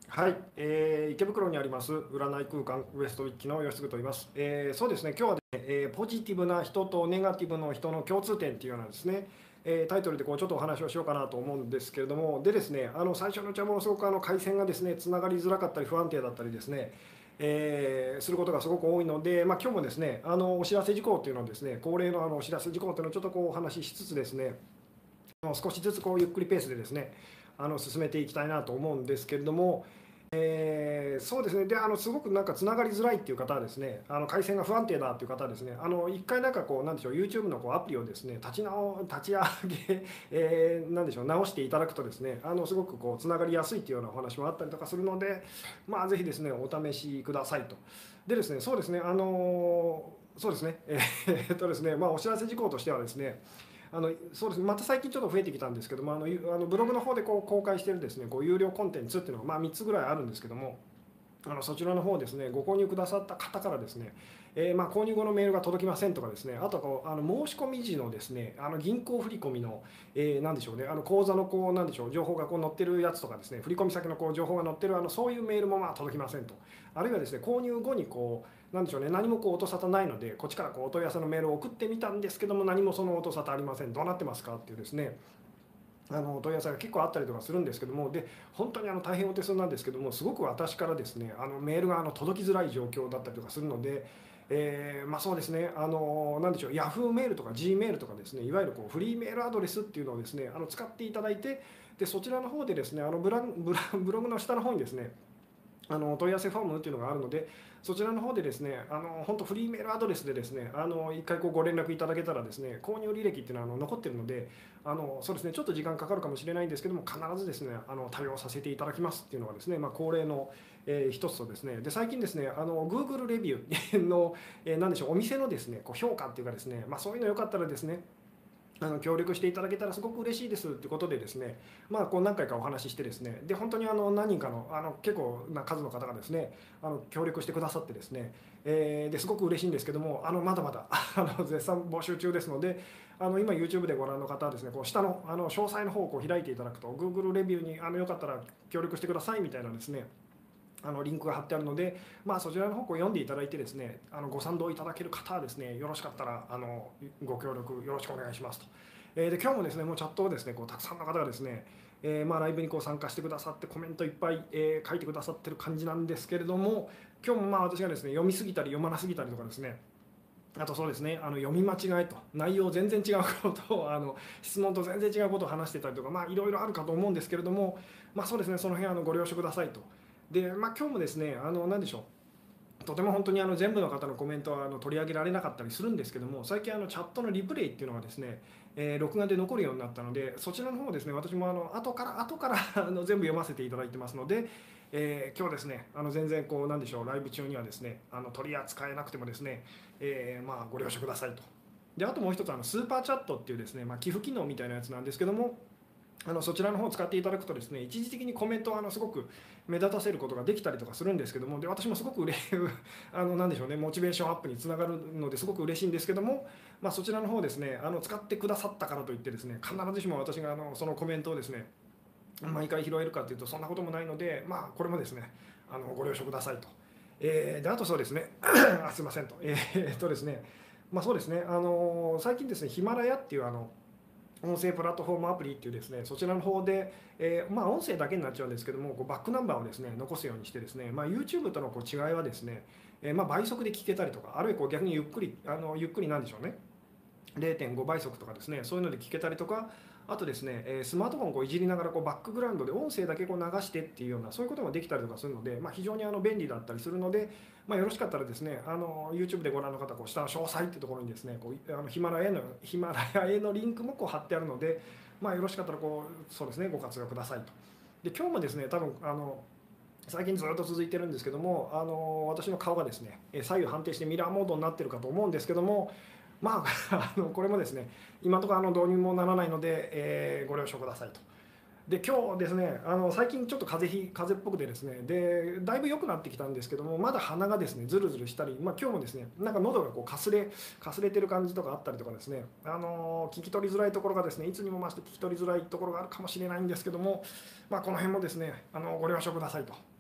はい、池袋にあります占い空間ウエストウィッチの吉嗣と言います。そうですね、今日はですね、ポジティブな人とネガティブの人の共通点っていうようなですね、タイトルでこうちょっとお話をしようかなと思うんですけれども、でですね、最初のうちはものすごく回線がですね、つながりづらかったり不安定だったりですね、することがすごく多いので、今日もですね、お知らせ事項っていうのをですね、恒例のお知らせ事項っていうのをちょっとこうお話ししつつですね、少しずつこうゆっくりペースでですね、進めていきたいなと思うんですけれども、そうですね、ですごくなんかつながりづらいっていう方はですね、回線が不安定だっていう方はですね、一回なんかこう、なんでしょう、YouTube のこうアプリをですね、立ち上げ、なんでしょう、直していただくとですね、すごくこうつながりやすいっていうようなお話もあったりとかするので、まあ、ぜひですね、お試しくださいと。でですね、そうですね、そうですね、ですね、まあ、お知らせ事項としてはですね、そうですね、また最近ちょっと増えてきたんですけども、ブログの方でこう公開しているですね、こう有料コンテンツっていうのが、まあ、3つぐらいあるんですけども、そちらの方ですね、ご購入くださった方からですね、まあ、購入後のメールが届きませんとかですね、あとこう申し込み時のですね、銀行振込の、なんでしょうね、口座のこうなんでしょう、情報がこう載ってるやつとかですね、振込先のこう情報が載ってるそういうメールもまあ届きませんと、あるいはですね、購入後にこうなんでしょうね、何もこう音沙汰ないので、こっちからこうお問い合わせのメールを送ってみたんですけども、何もその音沙汰ありません、どうなってますかっていうですね、お問い合わせが結構あったりとかするんですけども、で本当に大変お手数なんですけども、すごく私からですね、メールが届きづらい状況だったりとかするので、まあそうですね、なんでしょう、ヤフーメールとか G メールとかですね、いわゆるこうフリーメールアドレスっていうのをですね、使っていただいて、でそちらの方でですね、ブログの下の方にですね、お問い合わせフォームっていうのがあるので、そちらの方でですね、本当フリーメールアドレスでですね、一回こうご連絡いただけたらですね、購入履歴っていうのは残ってるので、そうですね、ちょっと時間かかるかもしれないんですけども、必ずですね、対応させていただきますっていうのがですね、まあ、恒例の、一つとですね、で最近ですね、Google レビューの、なんでしょう、お店のですね、こう評価っていうかですね、まあ、そういうのよかったらですね、協力していただけたらすごく嬉しいですということでですね、まあ、こう何回かお話ししてですね、で本当に何人かの結構な数の方がですね、協力してくださってですね、ですごく嬉しいんですけども、まだまだ絶賛募集中ですので、今 YouTube でご覧の方はですね、こう下の詳細の方をこう開いていただくと、 Google レビューによかったら協力してくださいみたいなですね、リンクが貼ってあるので、まあ、そちらの方を読んでいただいてですね、ご賛同いただける方はですね、よろしかったらご協力よろしくお願いしますと。で今日もですね、もうチャットをですね、こうたくさんの方がですね、まあ、ライブにこう参加してくださってコメントいっぱい、書いてくださってる感じなんですけれども、今日もまあ私がですね、読みすぎたり読まなすぎたりとかですね、あとそうですね、読み間違いと内容全然違うことを質問と全然違うことを話してたりとか、まあいろいろあるかと思うんですけれども、まあそうですね、その辺ご了承くださいと。で、まあ今日もですね、何でしょう、とても本当に全部の方のコメントは取り上げられなかったりするんですけども、最近チャットのリプレイっていうのがですね、録画で残るようになったので、そちらの方をですね、私も後から全部読ませていただいてますので、今日ですね、全然こうなんでしょう、ライブ中にはですね、取り扱えなくてもですね、まあご了承くださいと。であともう一つスーパーチャットっていうですね、まあ、寄付機能みたいなやつなんですけども、そちらの方を使っていただくとですね、一時的にコメントをすごく目立たせることができたりとかするんですけども、で私もすごくなんでしょうね、モチベーションアップにつながるのですごく嬉しいんですけども、まあ、そちらの方ですね、使ってくださったからといってですね、必ずしも私がそのコメントをですね、毎回拾えるかというとそんなこともないので、まあ、これもですね、ご了承くださいと。であとそうですねすいませんと、ですね、まあそうですね、最近ですね、ヒマラヤっていう音声プラットフォームアプリっていうですね、そちらの方で、まあ音声だけになっちゃうんですけども、こうバックナンバーをですね、残すようにしてですね、まあ、YouTube とのこう違いはですね、まあ倍速で聞けたりとか、あるいはこう逆にゆっくりなんでしょうね、0.5倍速とかですね、そういうので聞けたりとか、あとですね、スマートフォンをこういじりながらこうバックグラウンドで音声だけこう流してっていうような、そういうこともできたりとかするので、まあ、非常に便利だったりするので、まあ、よろしかったらですね、YouTube でご覧の方、こう下の詳細っていうところにですね、こうヒマラヤへのリンクもこう貼ってあるので、まあ、よろしかったらこう、そうですね、ご活用くださいと。で、今日もですね、多分最近ずっと続いてるんですけども、私の顔がですね、左右反転してミラーモードになってるかと思うんですけども、まあ、これもですね、今のところ導入もならないので、ご了承くださいと。で、今日ですね、最近ちょっと風邪っぽくてですね、で、だいぶ良くなってきたんですけども、まだ鼻がですね、ずるずるしたり、まあ、今日もですね、なんか喉がこうかすれてる感じとかあったりとかですね、聞き取りづらいところがですね、いつにも増して聞き取りづらいところがあるかもしれないんですけども、まあ、この辺もですね、ご了承くださいと。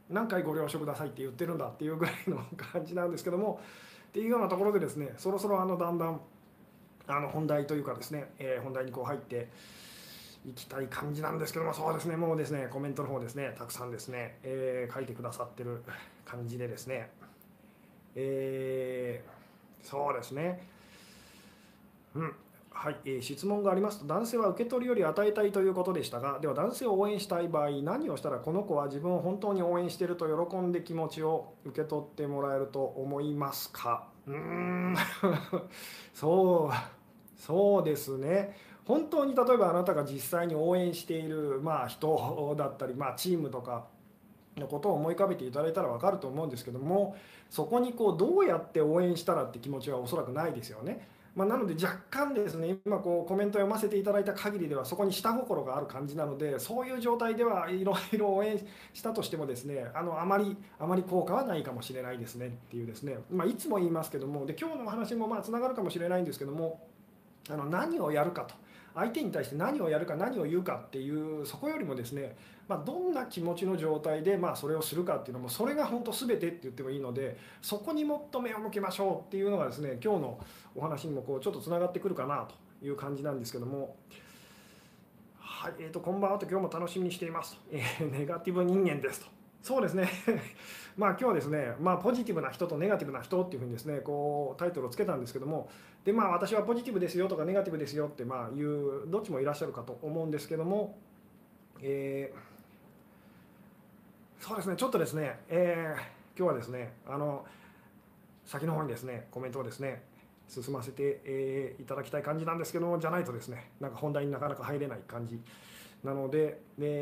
何回ご了承くださいって言ってるんだっていうぐらいの感じなんですけども、っていうようなところでですね、そろそろだんだん本題というかですね、本題にこう入っていきたい感じなんですけども、そうですね、もうですね、コメントの方ですね、たくさんですね、書いてくださってる感じでですね、そうですね、はい、質問がありますと、男性は受け取るより与えたいということでしたが、では男性を応援したい場合、何をしたらこの子は自分を本当に応援していると喜んで気持ちを受け取ってもらえると思いますか？そうですね。本当に例えばあなたが実際に応援している、人だったり、チームとかのことを思い浮かべていただいたら分かると思うんですけども、そこにこうどうやって応援したらって気持ちはおそらくないですよね。なので若干ですね、今こうコメントを読ませていただいた限りではそこに下心がある感じなので、そういう状態ではいろいろ応援したとしてもですね、あまり効果はないかもしれないですねっていうですね、いつも言いますけども、で今日のお話もつながるかもしれないんですけども、何をやるかと、相手に対して何をやるか何を言うかっていうそこよりもですね、どんな気持ちの状態でそれをするかっていうのも、それが本当全てって言ってもいいので、そこにもっと目を向けましょうっていうのがですね、今日のお話にもこうちょっとつながってくるかなという感じなんですけども、はい、こんばんはと、今日も楽しみにしていますと、ネガティブ人間ですと。そうですね今日はですね、ポジティブな人とネガティブな人っていうふうにですね、こうタイトルをつけたんですけども、で私はポジティブですよとかネガティブですよっていうどっちもいらっしゃるかと思うんですけども、そうですね、ちょっとですね、今日はですね、先の方にですね、コメントをですね、進ませて、いただきたい感じなんですけども、じゃないとですね、なんか本題になかなか入れない感じなので、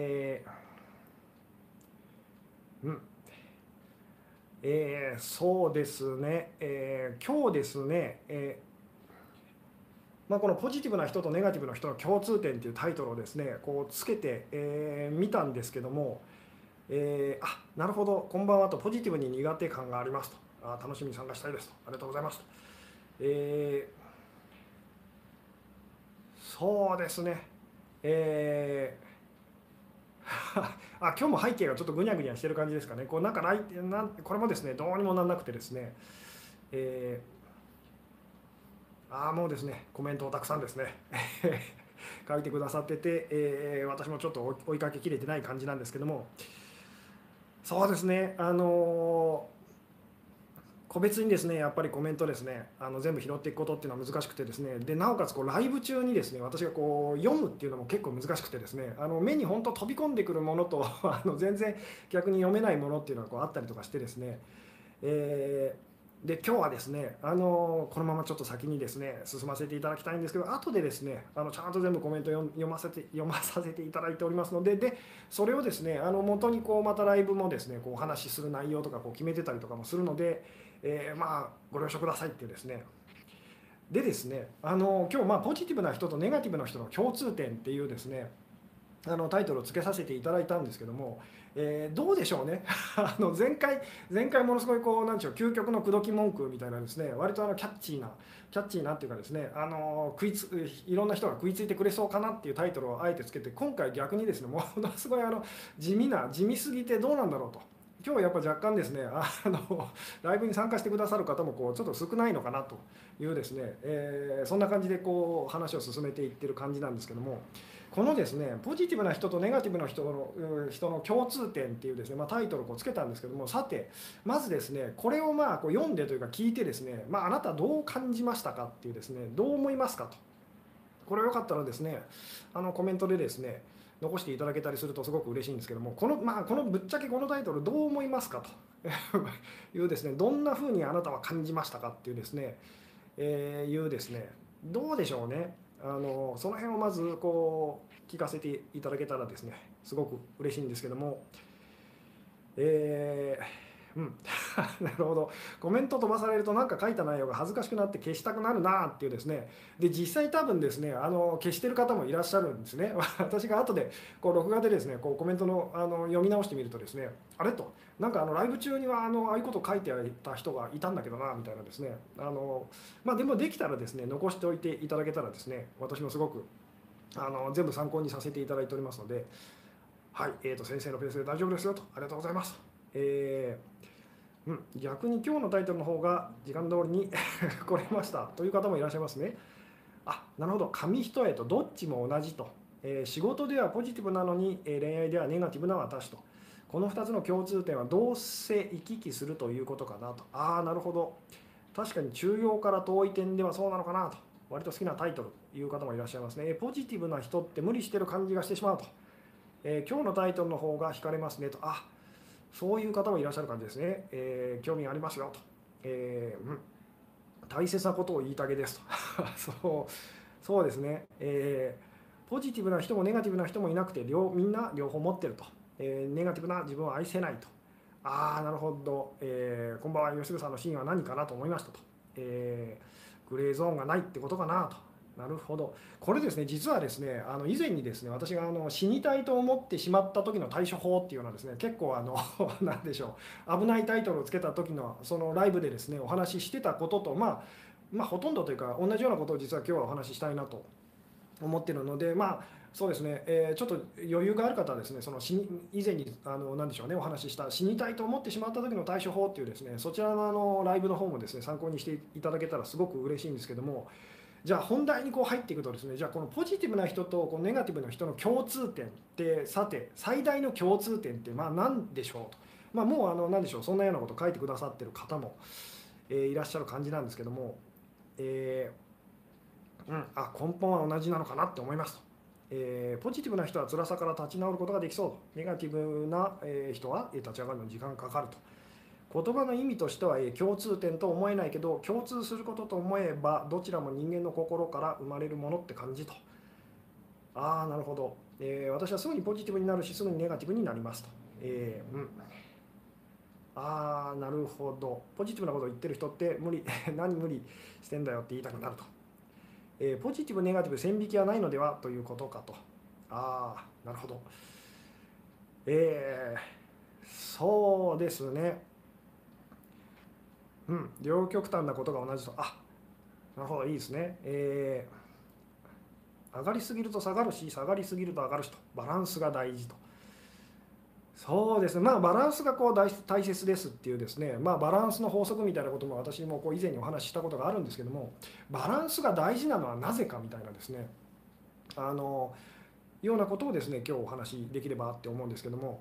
そうですね、今日ですね、このポジティブな人とネガティブな人の共通点というタイトルをですね、こうつけてみたんですけども、なるほど、こんばんはと、ポジティブに苦手感がありますと、楽しみに参加したいですと、ありがとうございますと。そうですね、今日も背景がちょっとぐにゃぐにゃしてる感じですかね、こうなんかこれもですね、どうにもなんなくてですね、もうですね、コメントをたくさんですね書いてくださってて、私もちょっと追いかけきれてない感じなんですけども、そうですね、個別にですね、やっぱりコメントですね、全部拾っていくことっていうのは難しくてですね、でなおかつこうライブ中にですね、私がこう読むっていうのも結構難しくてですね、目に本当飛び込んでくるものと全然逆に読めないものっていうのがこうあったりとかしてですね、で今日はですね、このままちょっと先にですね進ませていただきたいんですけど、後でですねちゃんと全部コメント読まさせていただいておりますので、それをですね元にこうまたライブもですねこうお話しする内容とかこう決めてたりとかもするので、ご了承くださいっていうですね。でですね、今日ポジティブな人とネガティブな人の共通点っていうですねタイトルをつけさせていただいたんですけども、どうでしょうね前回ものすごいこうなんでしょう、究極の口説き文句みたいなですね、割とキャッチーなっていうかですね、いろんな人が食いついてくれそうかなっていうタイトルをあえてつけて、今回逆にですねものすごい地味すぎてどうなんだろうと。今日やっぱ若干ですねライブに参加してくださる方もこうちょっと少ないのかなというですね、そんな感じでこう話を進めていってる感じなんですけども、このですねポジティブな人とネガティブな人の共通点っていうですね、タイトルをこうつけたんですけども、さてまずですねこれをこう読んでというか聞いてですね、あなたどう感じましたかっていうですね、どう思いますかと、これよかったらですねコメントでですね残していただけたりするとすごく嬉しいんですけども、このぶっちゃけこのタイトルどう思いますかというですね、どんな風にあなたは感じましたかっていうですね、いうですね、どうでしょうね、その辺をまずこう聞かせていただけたらですねすごく嬉しいんですけども、なるほど、コメント飛ばされるとなんか書いた内容が恥ずかしくなって消したくなるなっていうですね、で実際多分ですね消してる方もいらっしゃるんですね私が後でこう録画でですねこうコメントの読み直してみるとですね、あれと、なんかライブ中にはああいうこと書いていた人がいたんだけどなみたいなですね、でもできたらですね残しておいていただけたらですね、私もすごく全部参考にさせていただいておりますので、はい、先生のペースで大丈夫ですよと、ありがとうございます。 逆に今日のタイトルの方が時間通りに来れましたという方もいらっしゃいますね。なるほど、紙一重とどっちも同じと、仕事ではポジティブなのに、恋愛ではネガティブな私と、この2つの共通点はどうせ行き来するということかなと。なるほど、確かに中庸から遠い点ではそうなのかなと、割と好きなタイトルという方もいらっしゃいますね。ポジティブな人って無理してる感じがしてしまうと、今日のタイトルの方が惹かれますねと、そういう方もいらっしゃる感じですね。興味ありますよと、大切なことを言いたげですとそうですね、ポジティブな人もネガティブな人もいなくてみんな両方持ってると、ネガティブな自分を愛せないと。なるほど、こんばんは、吉純さんの真意は何かなと思いましたと、グレーゾーンがないってことかなと。なるほど。これですね、実はですね、以前にですね、私が死にたいと思ってしまった時の対処法っていうのはですね、結構なんでしょう、危ないタイトルをつけた時のそのライブでですね、お話ししてたことと、ほとんどというか、同じようなことを実は今日はお話ししたいなと思ってるので、そうですね、ちょっと余裕がある方はですね、以前に何でしょうね、お話しした死にたいと思ってしまった時の対処法っていうですね、そちらのライブの方もですね、参考にしていただけたらすごく嬉しいんですけども、じゃあ本題に入っていくとですね、じゃあこのポジティブな人とネガティブな人の共通点って、さて最大の共通点って何でしょうと、もう何でしょう、そんなようなこと書いてくださってる方も、いらっしゃる感じなんですけども、根本は同じなのかなって思いますと。ポジティブな人は辛さから立ち直ることができそうと、ネガティブな人は立ち上がるのに時間がかかると。言葉の意味としては共通点と思えないけど、共通することと思えばどちらも人間の心から生まれるものって感じと。なるほど、私はすぐにポジティブになるしすぐにネガティブになりますと。なるほど、ポジティブなことを言ってる人って何無理してんだよって言いたくなると。ポジティブネガティブ線引きはないのではということかと。なるほど。そうですね、両極端なことが同じと。なるほど、いいですね。上がりすぎると下がるし、下がりすぎると上がるしと、バランスが大事と。そうですね、バランスが大切ですっていうですね、バランスの法則みたいなことも私も以前にお話ししたことがあるんですけども、バランスが大事なのはなぜかみたいなですね、ようなことをですね、今日お話しできればって思うんですけども、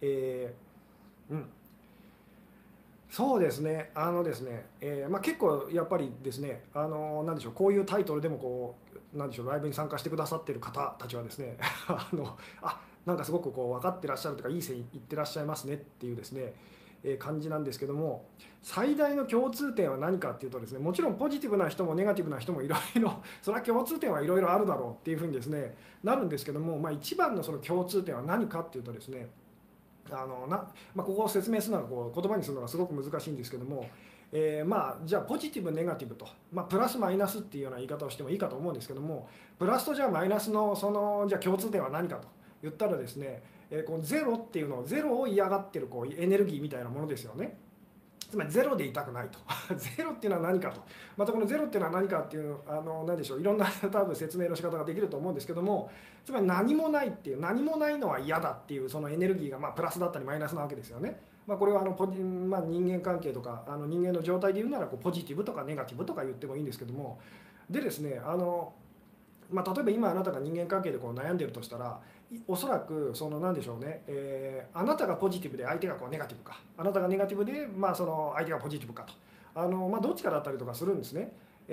そうですね、結構やっぱりですね、なんでしょう、こういうタイトルでもなんでしょう、ライブに参加してくださってる方たちはですね、なんかすごく分かってらっしゃるとか、いい線いってらっしゃいますねっていうですね、感じなんですけども、最大の共通点は何かっていうとですね、もちろんポジティブな人もネガティブな人もいろいろ、それは共通点はいろいろあるだろうっていうふうにですね、なるんですけども、一番のその共通点は何かっていうとですね、ここを説明するのは言葉にするのがすごく難しいんですけども、じゃあポジティブネガティブと、プラスマイナスっていうような言い方をしてもいいかと思うんですけども、プラスとじゃあマイナスのじゃあ共通点は何かと言ったらですね、このゼロっていうのを、ゼロを嫌がってるエネルギーみたいなものですよね。つまりゼロでいたくないとゼロっていうのは何かと、またこのゼロっていうのは何かっていう何でしょう、いろんな多分説明の仕方ができると思うんですけども、つまり何もないっていう、何もないのは嫌だっていう、そのエネルギーがプラスだったりマイナスなわけですよね。これは人間関係とか人間の状態で言うならポジティブとかネガティブとか言ってもいいんですけども、でですね、例えば今あなたが人間関係で悩んでるとしたら、おそらく何でしょうね、あなたがポジティブで相手がネガティブか、あなたがネガティブでその相手がポジティブかと、どっちかだったりとかするんですね。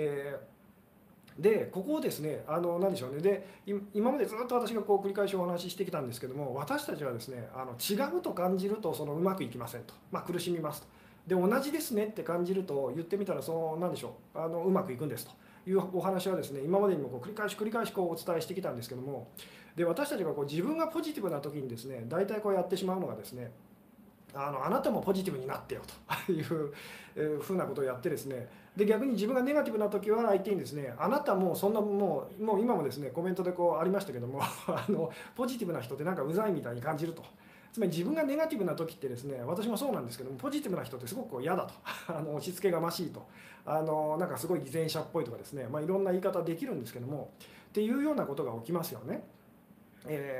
でここをですね、何でしょうね、で今までずっと私が繰り返しお話ししてきたんですけども、私たちはですね、違うと感じるとうまくいきませんと、苦しみますと。で同じですねって感じると、言ってみたら何でしょう、うまくいくんですというお話はですね、今までにも繰り返しお伝えしてきたんですけども、で私たちが自分がポジティブな時にですね、大体やってしまうのがですね、あなたもポジティブになってよというふうなことをやってですね、で逆に自分がネガティブな時は相手にですね、あなたもそんなもう今もですねコメントでありましたけどもポジティブな人ってなんかうざいみたいに感じると。つまり自分がネガティブな時ってですね、私もそうなんですけども、ポジティブな人ってすごく嫌だと押し付けがましいと、なんかすごい偽善者っぽいとかですね、いろんな言い方できるんですけどもっていうようなことが起きますよね。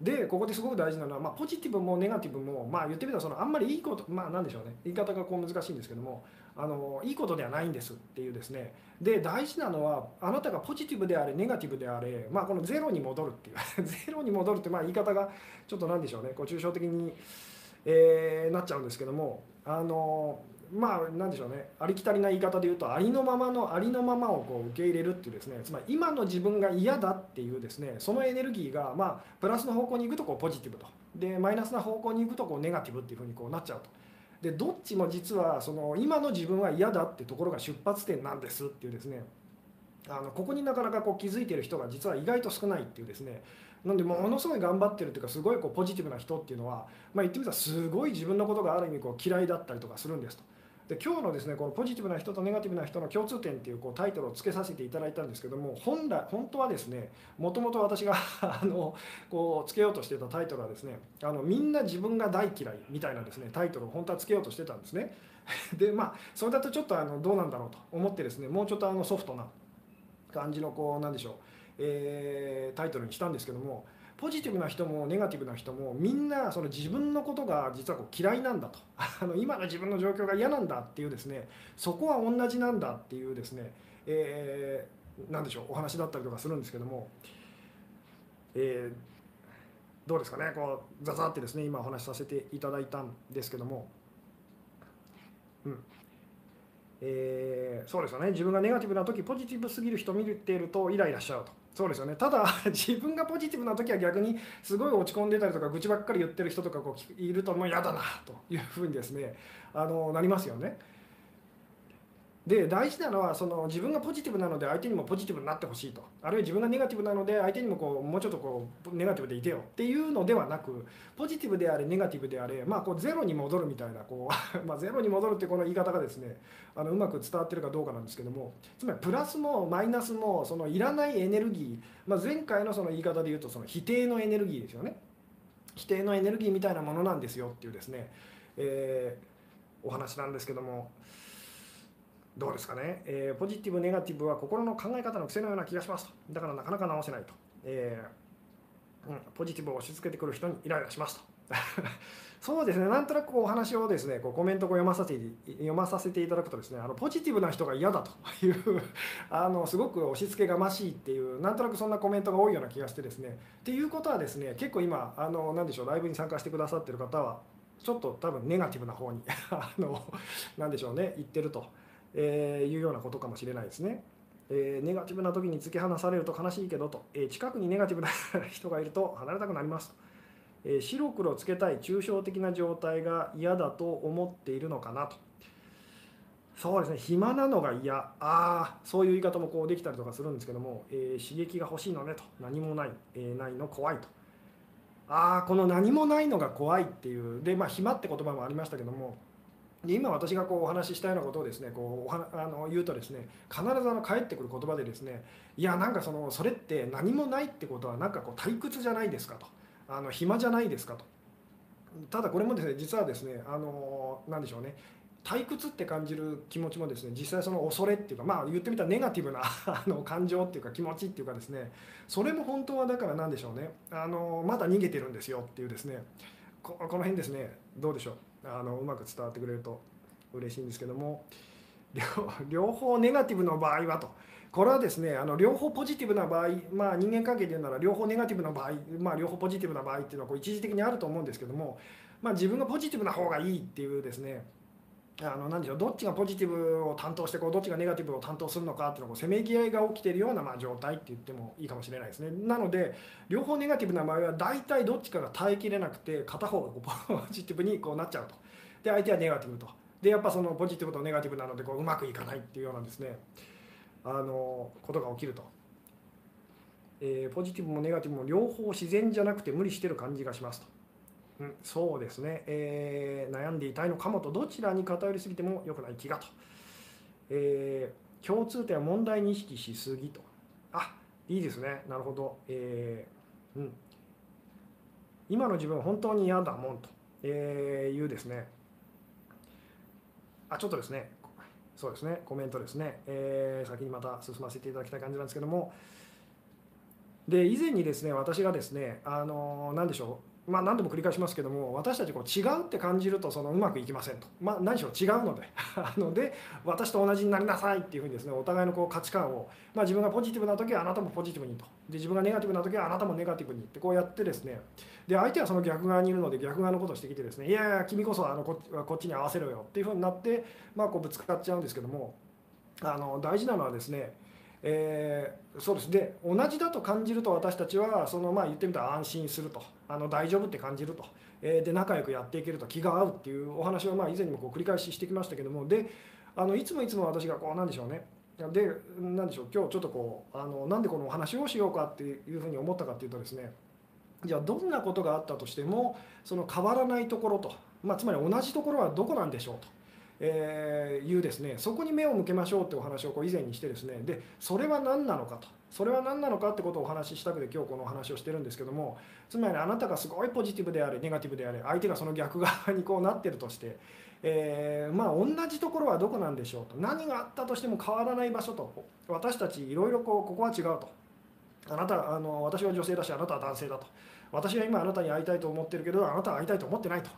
でここですごく大事なのは、ポジティブもネガティブも、言ってみたらそのあんまりいいこと、なんでしょうね、言い方がこう難しいんですけども、いいことではないんですっていうですね。で大事なのはあなたがポジティブであれネガティブであれ、このゼロに戻るっていうゼロに戻るって言い方がちょっとなんでしょうね、こう抽象的に、なっちゃうんですけども、なんでしょうね、ありきたりな言い方で言うとありのままのありのままをこう受け入れるっていうですね、つまり今の自分が嫌だっていうですね、そのエネルギーがプラスの方向に行くとこうポジティブと、でマイナスな方向に行くとこうネガティブっていうふうにこうなっちゃうと。でどっちも実はその今の自分は嫌だってところが出発点なんですっていうですね、ここになかなかこう気づいている人が実は意外と少ないっていうですね。なんでものすごい頑張ってるというかすごいこうポジティブな人っていうのは、言ってみたらすごい自分のことがある意味こう嫌いだったりとかするんですと。で今日のですねこのポジティブな人とネガティブな人の共通点っていうこうタイトルをつけさせていただいたんですけども、本当はですねもともと私がこうつけようとしてたタイトルはですね、みんな自分が大嫌いみたいなですねタイトルを本当はつけようとしてたんですね。でそれだとちょっとどうなんだろうと思ってですね、もうちょっとソフトな感じのこうなんでしょう、タイトルにしたんですけども、ポジティブな人もネガティブな人もみんなその自分のことが実はこう嫌いなんだと今の自分の状況が嫌なんだっていうですね、そこは同じなんだっていうですね、なんでしょうお話だったりとかするんですけども、どうですかね、こうザザってですね今お話しさせていただいたんですけども、そうですよね、自分がネガティブな時ポジティブすぎる人を見ているとイライラしちゃうと。そうですよね、ただ自分がポジティブな時は逆にすごい落ち込んでたりとか愚痴ばっかり言ってる人とかこういるともう嫌だなというふうにですねなりますよね。で大事なのはその自分がポジティブなので相手にもポジティブになってほしいと、あるいは自分がネガティブなので相手にもこうもうちょっとこうネガティブでいてよっていうのではなく、ポジティブであれネガティブであれ、こうゼロに戻るみたいなこうゼロに戻るってこの言い方がですねうまく伝わってるかどうかなんですけども、つまりプラスもマイナスもそのいらないエネルギー、前回のその言い方で言うとその否定のエネルギーですよね。否定のエネルギーみたいなものなんですよっていうですね、お話なんですけども、どうですかね、ポジティブネガティブは心の考え方の癖のような気がしますと、だからなかなか直せないと、ポジティブを押し付けてくる人にイライラしますとそうですね、なんとなくこうお話をですねこうコメントを読まさせていただくとですね、ポジティブな人が嫌だというすごく押し付けがましいっていうなんとなくそんなコメントが多いような気がしてですね、っていうことはですね結構今なんでしょうライブに参加してくださってる方はちょっと多分ネガティブな方になんでしょうね言ってると。いうようなことかもしれないですね。ネガティブな時に突き放されると悲しいけどと、近くにネガティブな人がいると離れたくなりますと、白黒つけたい抽象的な状態が嫌だと思っているのかなと。そうですね、暇なのが嫌、そういう言い方もこうできたりとかするんですけども、刺激が欲しいのねと、何もない、ないの怖いと。この何もないのが怖いっていうで、暇って言葉もありましたけども、今私がこうお話ししたようなことをですねこう言うとですね、必ず返ってくる言葉でですね、いやなんかそれって何もないってことはなんかこう退屈じゃないですかと、暇じゃないですかと。ただこれもですね実はですねなんでしょうね、退屈って感じる気持ちもですね実際その恐れっていうか言ってみたらネガティブな感情っていうか気持ちっていうかですね、それも本当はだからなんでしょうねまだ逃げてるんですよっていうですね、この辺ですねどうでしょううまく伝わってくれると嬉しいんですけども、両方ネガティブの場合はと、これはですね両方ポジティブな場合、人間関係で言うなら両方ネガティブな場合、両方ポジティブな場合っていうのはこう一時的にあると思うんですけども、自分がポジティブな方がいいっていうですね何でしょう、どっちがポジティブを担当してこうどっちがネガティブを担当するのかっていうのをせめぎ合いが起きているような状態って言ってもいいかもしれないですね。なので両方ネガティブな場合は大体どっちかが耐えきれなくて片方がこうポジティブにこうなっちゃうと、で相手はネガティブと、でやっぱそのポジティブとネガティブなのでこううまくいかないっていうようなですねことが起きると、ポジティブもネガティブも両方自然じゃなくて無理してる感じがしますと。そうですね、悩んでいたいのかもと、どちらに偏りすぎても良くない気がと、共通点は問題に意識しすぎと。いいですね、なるほど、今の自分は本当に嫌だもんというですね、ちょっとですねそうですねコメントですね、先にまた進ませていただきたい感じなんですけども、 で以前にですね私がですね何でしょう、何でも繰り返しますけども、私たちこう違うって感じるとうまくいきませんと、何しろ違うのでで私と同じになりなさいっていうふうにですねお互いのこう価値観を、自分がポジティブな時はあなたもポジティブにと、で自分がネガティブな時はあなたもネガティブにってこうやってですね、で相手はその逆側にいるので逆側のことをしてきてですね、いやいや君こそこっちに合わせろよっていうふうになって、こうぶつかっちゃうんですけども、大事なのはですね、そうです。で同じだと感じると私たちは言ってみたら安心すると、大丈夫って感じると、で仲良くやっていけると、気が合うっていうお話を以前にもこう繰り返ししてきましたけども、でいつも私がこうなんでしょうね、でなんでしょう、今日ちょっとこうなんでこのお話をしようかっていうふうに思ったかっていうとですね、じゃあどんなことがあったとしてもその変わらないところと、つまり同じところはどこなんでしょうと、いうですね、そこに目を向けましょうってお話をこう以前にしてですね、でそれは何なのかと、それは何なのかってことをお話ししたくて今日このお話をしてるんですけども、つまりあなたがすごいポジティブであれネガティブであれ、相手がその逆側にこうなってるとして、同じところはどこなんでしょうと、何があったとしても変わらない場所と、私たちいろいろここは違うと、私は女性だしあなたは男性だと、私は今あなたに会いたいと思ってるけどあなたは会いたいと思ってないと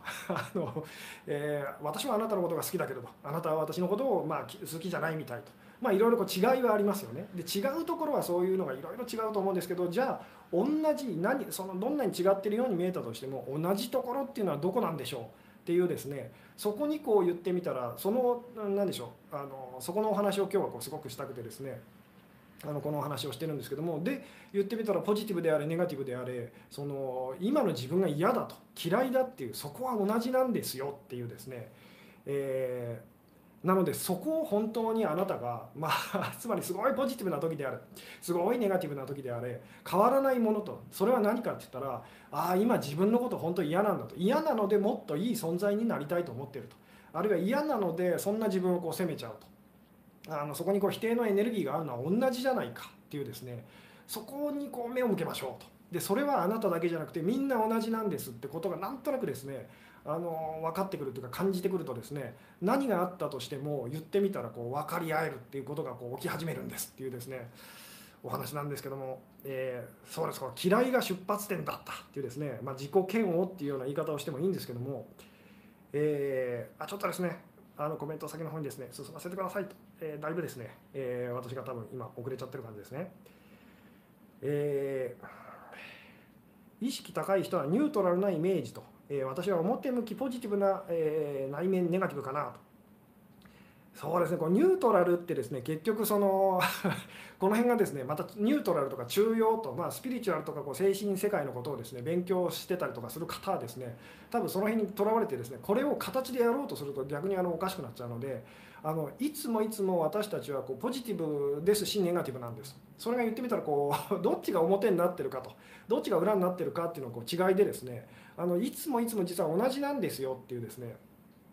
私はあなたのことが好きだけれどあなたは私のことを好きじゃないみたいと、いろいろこう違いはありますよね。で違うところはそういうのがいろいろ違うと思うんですけど、じゃあ同じどんなに違ってるように見えたとしても同じところっていうのはどこなんでしょうっていうですね、そこにこう言ってみたら何でしょう、そこのお話を今日はこうすごくしたくてですね、この話をしてるんですけども、で言ってみたらポジティブであれネガティブであれ、今の自分が嫌だと嫌いだっていう、そこは同じなんですよっていうですね、なのでそこを本当にあなたが、つまりすごいポジティブな時であるすごいネガティブな時であれ変わらないものと、それは何かって言ったら、今自分のこと本当に嫌なんだと、嫌なのでもっといい存在になりたいと思ってると、あるいは嫌なのでそんな自分をこう責めちゃうと、そこにこう否定のエネルギーがあるのは同じじゃないかっていうですね、そこにこう目を向けましょうと。でそれはあなただけじゃなくてみんな同じなんですってことがなんとなくですね分かってくるというか感じてくるとですね、何があったとしても言ってみたらこう分かり合えるっていうことがこう起き始めるんですっていうですねお話なんですけども、そうです、この嫌いが出発点だったっていうですね、自己嫌悪っていうような言い方をしてもいいんですけども、ちょっとですねコメント先の方にですね進ませてくださいと、だいぶですね、私が多分今遅れちゃってる感じですね。意識高い人はニュートラルなイメージと、私は表向きポジティブな、内面ネガティブかなと。そうですね、こうニュートラルってですね結局この辺がですねまたニュートラルとか中庸と、スピリチュアルとかこう精神世界のことをですね勉強してたりとかする方はですね、多分その辺にとらわれてですねこれを形でやろうとすると逆におかしくなっちゃうので、いつも私たちはこうポジティブですしネガティブなんです。それが言ってみたらこうどっちが表になってるかとどっちが裏になってるかっていうのこう違いでですね、いつも実は同じなんですよっていうですね、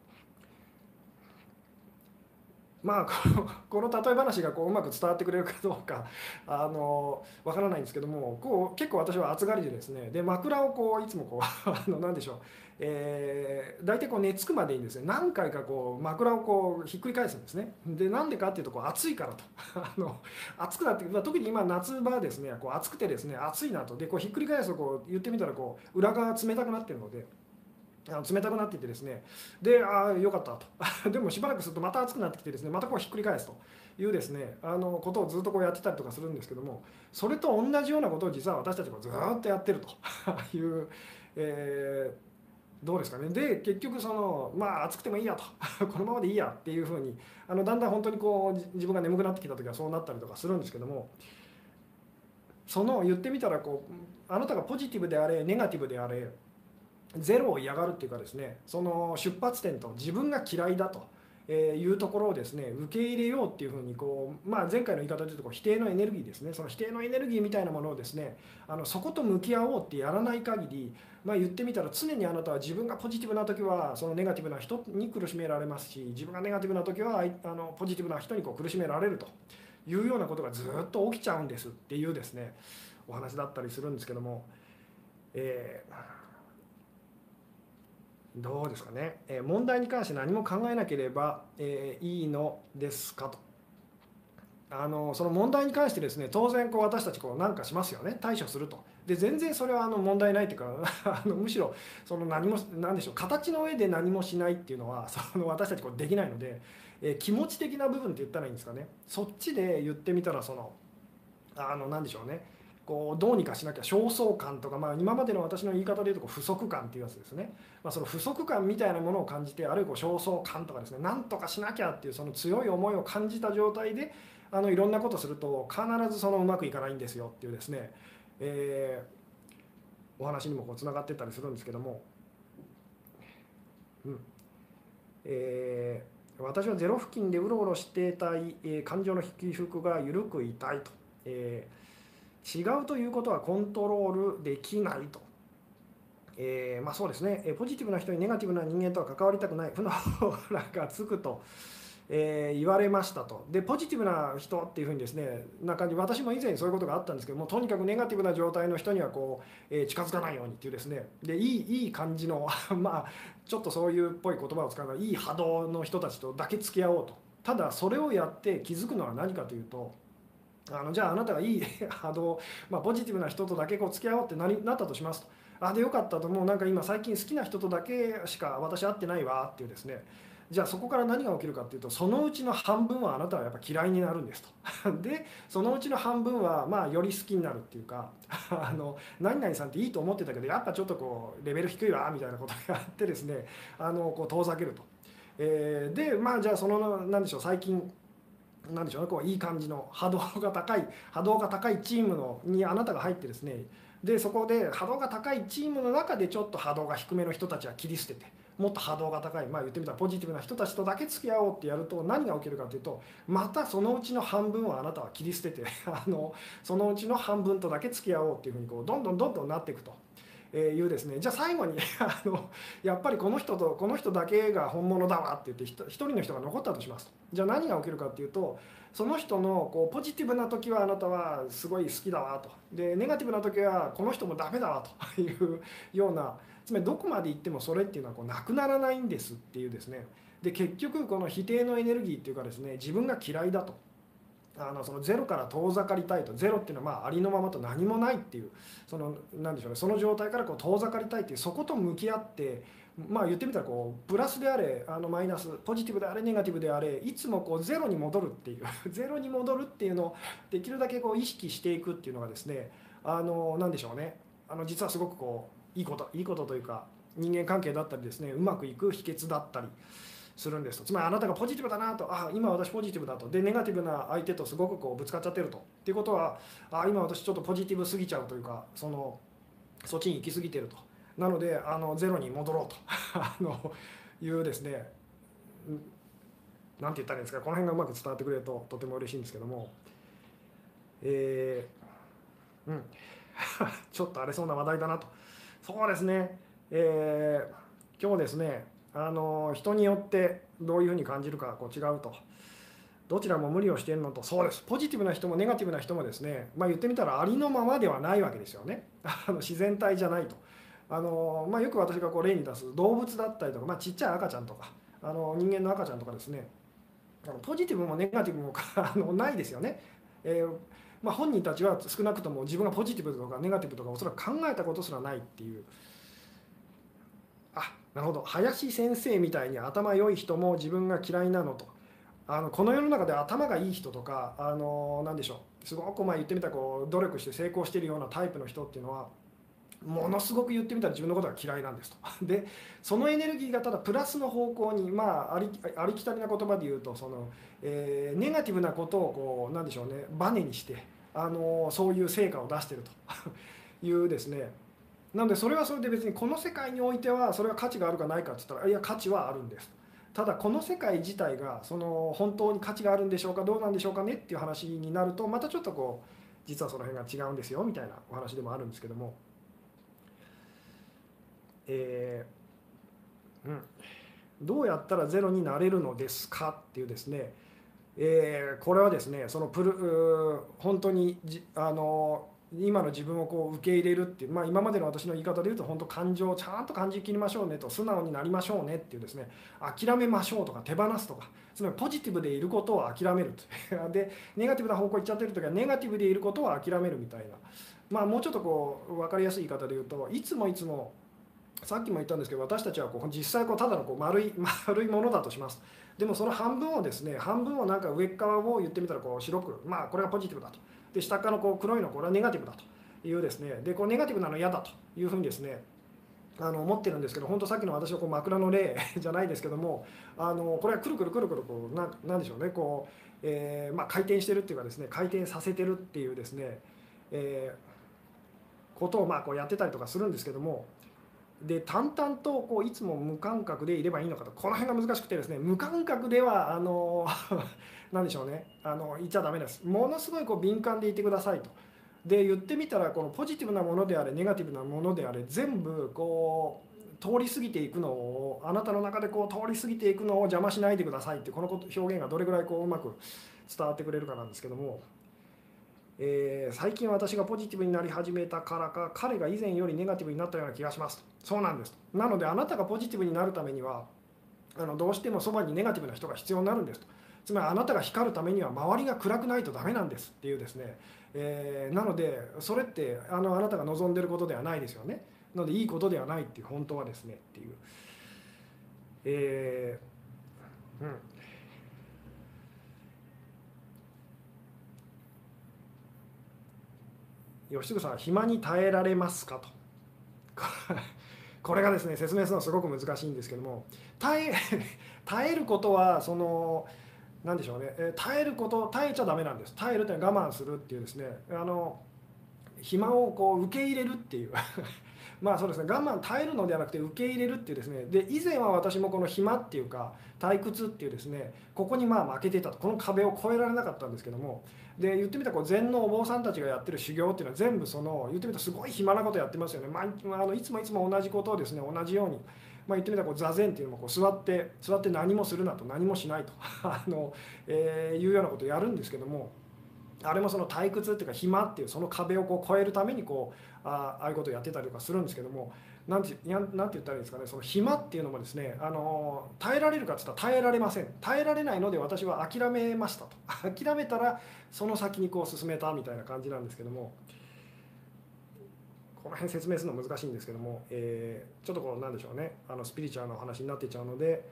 この例え話がこううまく伝わってくれるかどうかわからないんですけども、結構私は暑がりでですね、で枕をこういつもこう何でしょう、大体こう寝つくまでにですね何回かこう枕をこうひっくり返すんですね。でなんでかっていうとこう暑いからと暑くなって、特に今夏場ですねこう暑くてですね暑いなと、でこうひっくり返すとこう言ってみたらこう裏側が冷たくなってるので。冷たくなっていてですね、でよかったとでもしばらくするとまた暑くなってきてですねまたこうひっくり返すというですねことをずっとこうやってたりとかするんですけども、それと同じようなことを実は私たちもずっとやってるという、どうですかね。で結局暑くてもいいやとこのままでいいやっていうふうにだんだん本当にこう自分が眠くなってきた時はそうなったりとかするんですけども、言ってみたらこうあなたがポジティブであれネガティブであれゼロを嫌がるっていうかですね、その出発点と自分が嫌いだというところをですね受け入れようっていうふうに前回の言い方で言うと否定のエネルギーですね、その否定のエネルギーみたいなものをですねそこと向き合おうってやらない限り、言ってみたら常にあなたは自分がポジティブな時はそのネガティブな人に苦しめられますし、自分がネガティブな時はポジティブな人にこう苦しめられるというようなことがずっと起きちゃうんですっていうですねお話だったりするんですけども、どうですかね、問題に関して何も考えなければ、いいのですかと。 その問題に関してですね、当然こう私たちこう何かしますよね、対処すると。で全然それは問題ないというかむしろその何も何でしょう、形の上で何もしないっていうのはその私たちこうできないので、気持ち的な部分って言ったらいいんですかね、そっちで言ってみたら何でしょうね、こうどうにかしなきゃ焦燥感とか、今までの私の言い方で言うとこう不足感っていうやつですね、その不足感みたいなものを感じて、あるいはこう焦燥感とかですね、なんとかしなきゃっていうその強い思いを感じた状態でいろんなことすると必ずそのうまくいかないんですよっていうですね、お話にもこうつながっていったりするんですけども、うん私はゼロ付近でうろうろしていたい、感情の起伏が緩く痛いと、違うということはコントロールできないと、そうですね、ポジティブな人にネガティブな人間とは関わりたくない、負のオーラがつくと、言われましたと。でポジティブな人っていうふうにですね、な感じ、私も以前そういうことがあったんですけども、とにかくネガティブな状態の人にはこう、近づかないようにっていうですね、でいい感じのちょっとそういうっぽい言葉を使うのは、いい波動の人たちとだけ付き合おうと。ただそれをやって気づくのは何かというと、じゃああなたがいい波動、ポジティブな人とだけこう付き合おうってなったとしますと。でよかったと、もうなんか今最近好きな人とだけしか私会ってないわっていうですね、じゃあそこから何が起きるかっていうと、そのうちの半分はあなたはやっぱ嫌いになるんですと。でそのうちの半分はより好きになるっていうか何々さんっていいと思ってたけどやっぱちょっとこうレベル低いわみたいなことがあってですね、こう遠ざけると。でじゃあその何でしょう、最近なんでしょうね、こういい感じの波動が高いチームにあなたが入ってですね、でそこで波動が高いチームの中でちょっと波動が低めの人たちは切り捨てて、もっと波動が高い、言ってみたらポジティブな人たちとだけ付き合おうってやると、何が起きるかというと、またそのうちの半分をあなたは切り捨ててそのうちの半分とだけ付き合おうっていうふうにこうどんどんなっていくと。いうですね、じゃあ最後にやっぱりこの人とこの人だけが本物だわって言って一人の人が残ったとしますと。じゃあ何が起きるかっていうと、その人のこうポジティブな時はあなたはすごい好きだわと、でネガティブな時はこの人もダメだわというような、つまりどこまで行ってもそれっていうのはこうなくならないんですっていうですね。で結局この否定のエネルギーっていうかですね、自分が嫌いだと、そのゼロから遠ざかりたいと、ゼロっていうのはありのままと何もないっていう、その何でしょうね、その状態からこう遠ざかりたいっていう、そこと向き合って、言ってみたらこうプラスであれマイナス、ポジティブであれネガティブであれ、いつもこうゼロに戻るっていうゼロに戻るっていうのをできるだけこう意識していくっていうのがですね、何でしょうね、実はすごくこういいことというか、人間関係だったりですね、うまくいく秘訣だったりするんですと。つまりあなたがポジティブだなと、今私ポジティブだと、でネガティブな相手とすごくこうぶつかっちゃってるとっていうことは、今私ちょっとポジティブすぎちゃうというか、そっちに行き過ぎてると、なのでゼロに戻ろうというですね、なんて言ったらいいんですか、この辺がうまく伝わってくれるととても嬉しいんですけども、ちょっと荒れそうな話題だなと。そうですね、今日ですね、人によってどういうふうに感じるかこう違うと。どちらも無理をしているのと、そうです、ポジティブな人もネガティブな人もですね、言ってみたらありのままではないわけですよね。自然体じゃないと。よく私がこう例に出す動物だったりとか、ちっちゃい赤ちゃんとか人間の赤ちゃんとかですね、ポジティブもネガティブもないですよね。本人たちは少なくとも自分がポジティブとかネガティブとかおそらく考えたことすらないっていう。なるほど、林先生みたいに頭良い人も自分が嫌いなのと。この世の中で頭がいい人とか何でしょう、すごく言ってみたらこう努力して成功しているようなタイプの人っていうのは、ものすごく言ってみたら自分のことが嫌いなんですと。でそのエネルギーがただプラスの方向に、ありきたりな言葉で言うとネガティブなことをこうなんでしょうね、バネにしてそういう成果を出しているというですね。なのでそれはそれで別にこの世界においてはそれは価値があるかないかって言ったら、いや価値はあるんです。ただこの世界自体が本当に価値があるんでしょうか、どうなんでしょうかねっていう話になると、またちょっとこう実はその辺が違うんですよみたいなお話でもあるんですけども、どうやったらゼロになれるのですかっていうですね、これはですね、本当に今の自分をこう受け入れるっていう、今までの私の言い方で言うと本当感情をちゃんと感じきりましょうねと、素直になりましょうねっていうですね、諦めましょうとか手放すとか、つまりポジティブでいることを諦めるとでネガティブな方向行っちゃってる時はネガティブでいることを諦めるみたいな、もうちょっとこう分かりやすい言い方で言うと、いつもさっきも言ったんですけど、私たちはこう実際ただのこう丸いものだとします。でもその半分をですね、半分をなんか上側を言ってみたらこう白く、これがポジティブだと、で下側のこう黒いのこれはネガティブだというですね、でこうネガティブなの嫌だというふうにですね思ってるんですけど、本当さっきの私のこう枕の例じゃないですけども、これはくるくるくるくるこうなんでしょうね、こう、回転してるっていうかですね、回転させてるっていうですね、ことをこうやってたりとかするんですけども、で淡々とこういつも無感覚でいればいいのかと、この辺が難しくてですね、無感覚では何でしょうね、言っちゃダメです。ものすごいこう敏感でいてくださいと。で言ってみたら、このポジティブなものであれネガティブなものであれ、全部こう通り過ぎていくのを、あなたの中でこう通り過ぎていくのを邪魔しないでくださいって、この表現がどれぐらいこううまく伝わってくれるかなんですけども、最近私がポジティブになり始めたからか、彼が以前よりネガティブになったような気がします。そうなんです。なのであなたがポジティブになるためにはどうしてもそばにネガティブな人が必要になるんですと。つまりあなたが光るためには周りが暗くないとダメなんですっていうですね、なのでそれってあなたが望んでることではないですよね。なのでいいことではないっていう、本当はですねっていう、うん、吉純さん、暇に耐えられますかと。これがですね、説明するのはすごく難しいんですけども、耐えることは何でしょうね、耐えちゃダメなんです。耐えるというのは我慢するっていうですね、暇をこう受け入れるっていうそうですね、耐えるのではなくて受け入れるっていうですね、で以前は私もこの暇っていうか退屈っていうですね、ここに負けてたと、この壁を越えられなかったんですけども、で言ってみたらこう禅のお坊さんたちがやってる修行っていうのは全部言ってみたらすごい暇なことやってますよね。いつもいつも同じことをですね、同じように、言ってみたらこう座禅っていうのもこう座って何もするなと、何もしないというようなことをやるんですけども、あれもその退屈っていうか暇っていうその壁をこう越えるためにああいうことをやってたりとかするんですけども、なんて言ったらいいですかね、その暇っていうのもですね、耐えられるかって言ったら耐えられません。耐えられないので私は諦めましたと。諦めたらその先にこう進めたみたいな感じなんですけども、この辺説明するの難しいんですけども、ちょっとこうなんでしょうね、スピリチュアルの話になっていっちゃうので、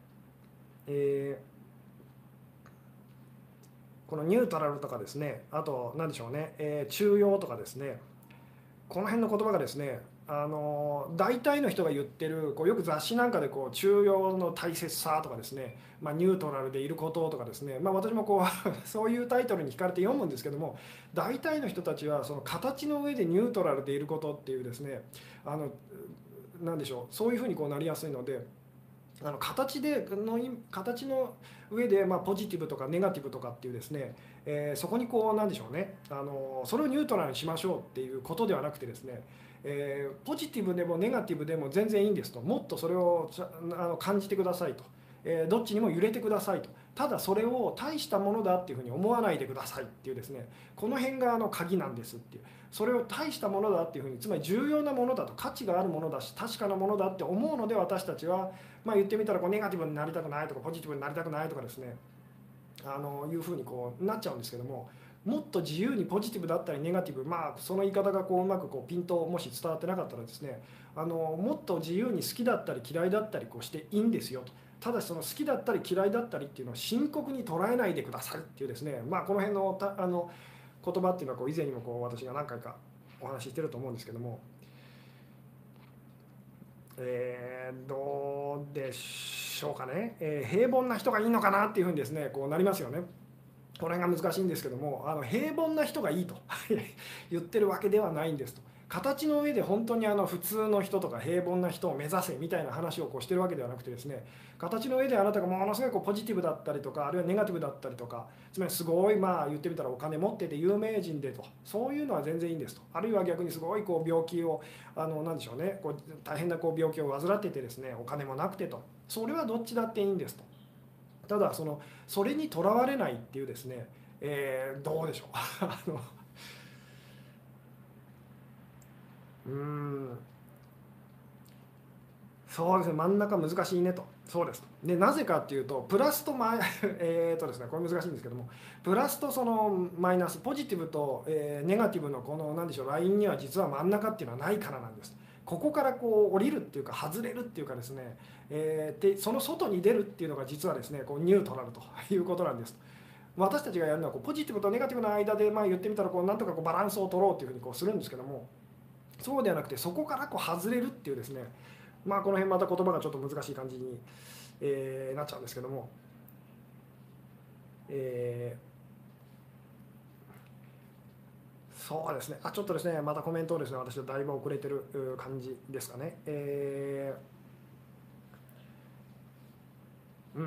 このニュートラルとかですね、あと何でしょうね、中庸とかですね、この辺の言葉がですね、大体の人が言ってるよく雑誌なんかで中庸の大切さとかですね、ニュートラルでいることとかですね、私もそういうタイトルに惹かれて読むんですけども、大体の人たちはその形の上でニュートラルでいることっていうですね、なんでしょう、そういうふうになりやすいので、形の上でポジティブとかネガティブとかっていうですね、そこになんでしょうね、それをニュートラルにしましょうっていうことではなくてですね、ポジティブでもネガティブでも全然いいんですと、もっとそれを感じてくださいと、どっちにも揺れてくださいと、ただそれを大したものだっていうふうに思わないでくださいっていうですね、この辺が鍵なんですっていう。それを大したものだっていうふうに、つまり重要なものだと、価値があるものだし確かなものだって思うので、私たちは言ってみたらネガティブになりたくないとかポジティブになりたくないとかですね、いうふうになっちゃうんですけども、もっと自由にポジティブだったりネガティブ、その言い方がうまくピンともし伝わってなかったらですね、もっと自由に好きだったり嫌いだったりしていいんですよと。ただしその好きだったり嫌いだったりっていうのを深刻に捉えないでくださいっていうですね、この辺の言葉っていうのは以前にも私が何回かお話ししてると思うんですけども、どうでしょうかね、平凡な人がいいのかなっていうふうにですねなりますよね。この辺が難しいんですけども、平凡な人がいいと言ってるわけではないんですと。形の上で本当に普通の人とか平凡な人を目指せみたいな話をしてるわけではなくてですね、形の上であなたがものすごいポジティブだったりとか、あるいはネガティブだったりとか、つまりすごい言ってみたらお金持ってて有名人でと、そういうのは全然いいんですと。あるいは逆にすごい病気をなんでしょうね、大変な病気を患っててですね、お金もなくてと、それはどっちだっていいんですと。ただそれにとらわれないっていうですね、どうでしょううーんそうですね、真ん中難しいねと。そうです。で、なぜかっていうと、プラスとマイですね、これ難しいんですけども、プラスとそのマイナス、ポジティブと、ネガティブのこの、なんでしょう、ラインには実は真ん中っていうのはないからなんです。ここからこう降りるっていうか、外れるっていうかですね、で、その外に出るっていうのが実はですね、こうニュートラルということなんです。私たちがやるのはこうポジティブとネガティブの間で、まあ、言ってみたらこうなんとかこうバランスを取ろうというふうにこうするんですけども、そうではなくてそこからこう外れるっていうですね、まあ、この辺また言葉がちょっと難しい感じに、なっちゃうんですけども、えそうですね、ちょっとですね、またコメントをですね、私はだいぶ遅れてる感じですかね。うん、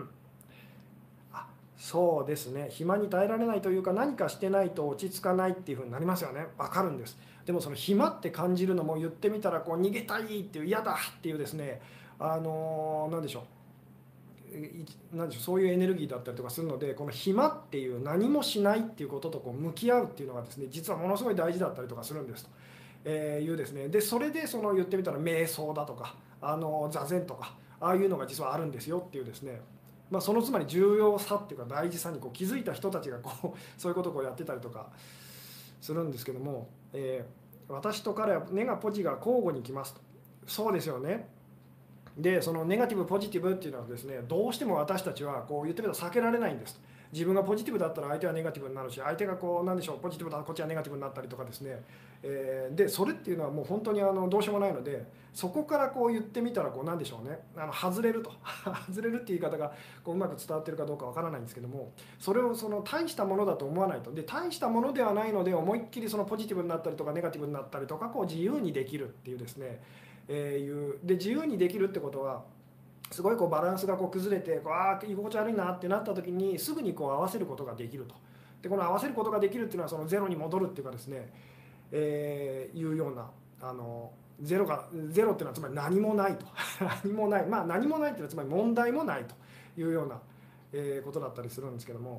そうですね、暇に耐えられないというか、何かしてないと落ち着かないっていうふうになりますよね、わかるんです。でも、その暇って感じるのも、言ってみたら、こう逃げたいっていう、嫌だっていうですね、なんでしょなんでしょう、そういうエネルギーだったりとかするので、この暇っていう何もしないっていうこととこう向き合うっていうのがですね、実はものすごい大事だったりとかするんですと、いうですね。でそれでその言ってみたら瞑想だとか座禅とかああいうのが実はあるんですよっていうですね、まあ、そのつまり重要さっていうか大事さにこう気づいた人たちがこうそういうことをこうやってたりとかするんですけども、私と彼は根がポジが交互に来ますと。そうですよね。でそのネガティブポジティブっていうのはですね、どうしても私たちはこう言ってみたら避けられないんです。自分がポジティブだったら相手はネガティブになるし、相手がこうなんでしょうポジティブだこっちはネガティブになったりとかですね、でそれっていうのはもう本当にどうしようもないので、そこからこう言ってみたらこうなんでしょうね、外れると外れるっていう言い方がこううまく伝わってるかどうかわからないんですけども、それをその大したものだと思わないと。で大したものではないので、思いっきりそのポジティブになったりとかネガティブになったりとかこう自由にできるっていうですね、で自由にできるってことはすごいこうバランスがこう崩れて居心地悪いなってなった時にすぐにこう合わせることができると。でこの合わせることができるっていうのはそのゼロに戻るっていうかですね、いうようなゼロっていうのはつまり何もないと何もない、まあ何もないっていうのはつまり問題もないというような、ことだったりするんですけども、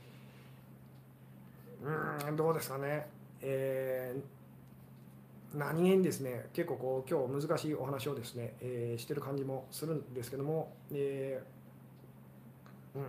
どうですかね。何気にですね、結構こう今日難しいお話をですね、してる感じもするんですけども、うん、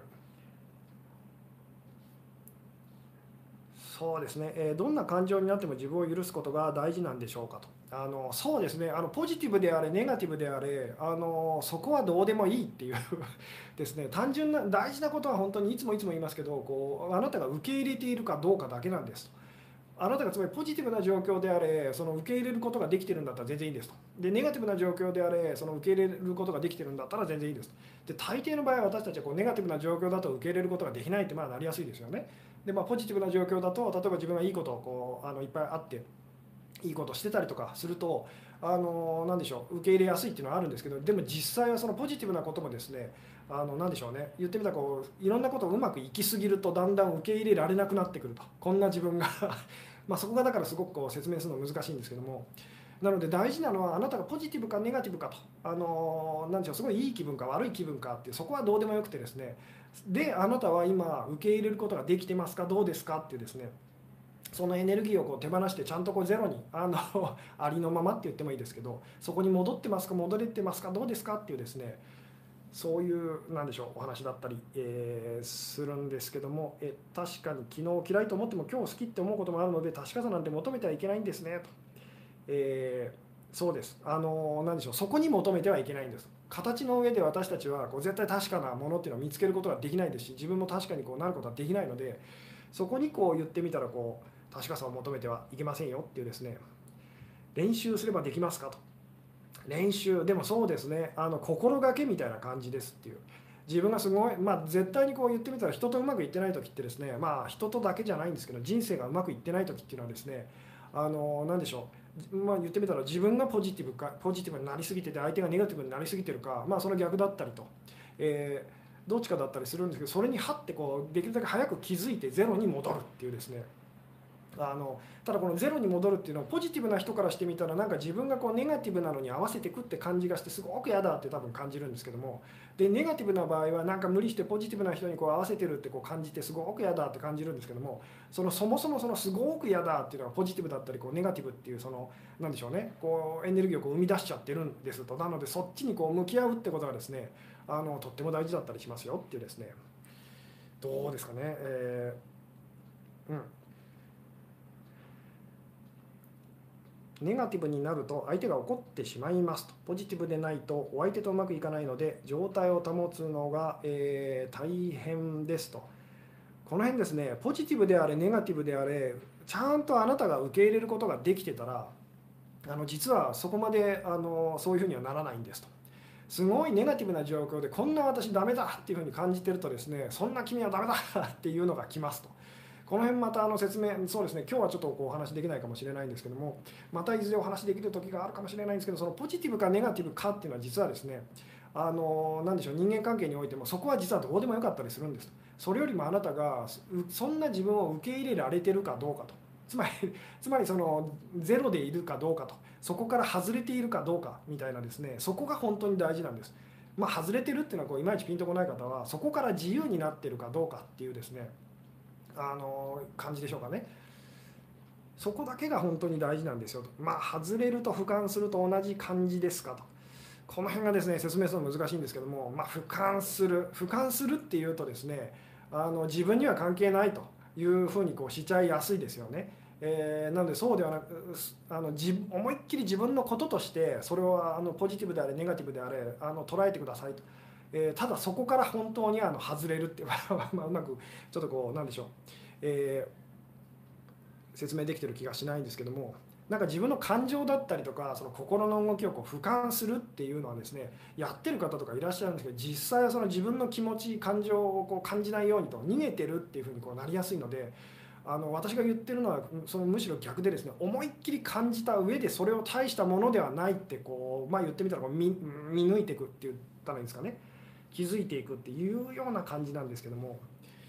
そうですね、どんな感情になっても自分を許すことが大事なんでしょうかと。そうですね、ポジティブであれネガティブであれそこはどうでもいいっていうですね、単純な大事なことは本当にいつもいつも言いますけど、こうあなたが受け入れているかどうかだけなんですと。あなたがつまりポジティブな状況であれ、その受け入れることができてるんだったら全然いいですと。で、ネガティブな状況であれ、その受け入れることができてるんだったら全然いいですと。で、大抵の場合、私たちはこうネガティブな状況だと受け入れることができないってまあなりやすいですよね。で、まあ、ポジティブな状況だと、例えば自分がいいことをこういっぱいあって、いいことをしてたりとかすると、なんでしょう、受け入れやすいっていうのはあるんですけど、でも実際はそのポジティブなこともですね、なんでしょうね、言ってみたらこういろんなことをうまくいきすぎるとだんだん受け入れられなくなってくると、こんな自分がまあそこがだからすごくこう説明するの難しいんですけども、なので大事なのはあなたがポジティブかネガティブかと、なんでしょう、すごいいい気分か悪い気分かっていう、そこはどうでもよくてですね、であなたは今受け入れることができてますかどうですかっていうですね、そのエネルギーをこう手放してちゃんとこうゼロにありのままって言ってもいいですけど、そこに戻ってますか戻れてますかどうですかっていうですね、そういうなんでしょうお話だったり、するんですけども、確かに昨日嫌いと思っても今日好きって思うこともあるので確かさなんて求めてはいけないんですねと、そうです。なんでしょう、そこに求めてはいけないんです。形の上で私たちはこう絶対確かなものっていうのを見つけることができないですし、自分も確かにこうなることはできないので、そこにこう言ってみたらこう確かさを求めてはいけませんよっていうですね、練習すればできますかと。練習でもそうですね、心がけみたいな感じですっていう。自分がすごい、まあ、絶対にこう言ってみたら人とうまくいってない時ってですね、まあ人とだけじゃないんですけど、人生がうまくいってない時っていうのはですね、なんでしょう、まあ、言ってみたら自分がポジティブになりすぎてて相手がネガティブになりすぎてるか、まあその逆だったりと、どっちかだったりするんですけど、それにはってこうできるだけ早く気づいてゼロに戻るっていうですね、 ただこのゼロに戻るっていうのはポジティブな人からしてみたらなんか自分がこうネガティブなのに合わせていくって感じがしてすごく嫌だって多分感じるんですけども、でネガティブな場合はなんか無理してポジティブな人にこう合わせてるってこう感じてすごく嫌だって感じるんですけども、そもそもそのすごく嫌だっていうのはポジティブだったりこうネガティブっていうなんでしょうね、こうエネルギーをこう生み出しちゃってるんですと。なのでそっちにこう向き合うってことがですねとっても大事だったりしますよっていうですね。どうですかね、ネガティブになると相手が怒ってしまいますと。ポジティブでないとお相手とうまくいかないので状態を保つのが、大変ですと。この辺ですね、ポジティブであれネガティブであれちゃんとあなたが受け入れることができてたら実はそこまでそういうふうにはならないんですと。すごいネガティブな状況でこんな私ダメだっていうふうに感じてるとですね、そんな君はダメだっていうのが来ますと。この辺また説明、そうですね、今日はちょっとこうお話できないかもしれないんですけども、またいずれお話できる時があるかもしれないんですけど、そのポジティブかネガティブかっていうのは実はですね、何でしょう、人間関係においてもそこは実はどうでもよかったりするんです。それよりもあなたがそんな自分を受け入れられてるかどうかと、つまりそのゼロでいるかどうかと、そこから外れているかどうかみたいなですね、そこが本当に大事なんです。外れてるっていうのはこういまいちピンとこない方はそこから自由になってるかどうかっていうですね感じでしょうかね。そこだけが本当に大事なんですよと。外れると俯瞰すると同じ感じですかと。この辺がですね説明するの難しいんですけども、俯瞰するっていうとですね自分には関係ないというふうにこうしちゃいやすいですよね。なのでそうではなく思いっきり自分のこととしてそれをポジティブであれネガティブであれ捉えてくださいと。ただそこから本当に外れるっていううまくちょっとこうなんでしょう、説明できてる気がしないんですけども、なんか自分の感情だったりとかその心の動きをこう俯瞰するっていうのはですねやってる方とかいらっしゃるんですけど、実際はその自分の気持ち感情をこう感じないようにと逃げてるっていうふうにこうなりやすいので、私が言ってるのはむしろ逆でですね、思いっきり感じた上でそれを大したものではないってこう、言ってみたらこう見抜いていくって言ったらいいんですかね、気づいていくっていうような感じなんですけども、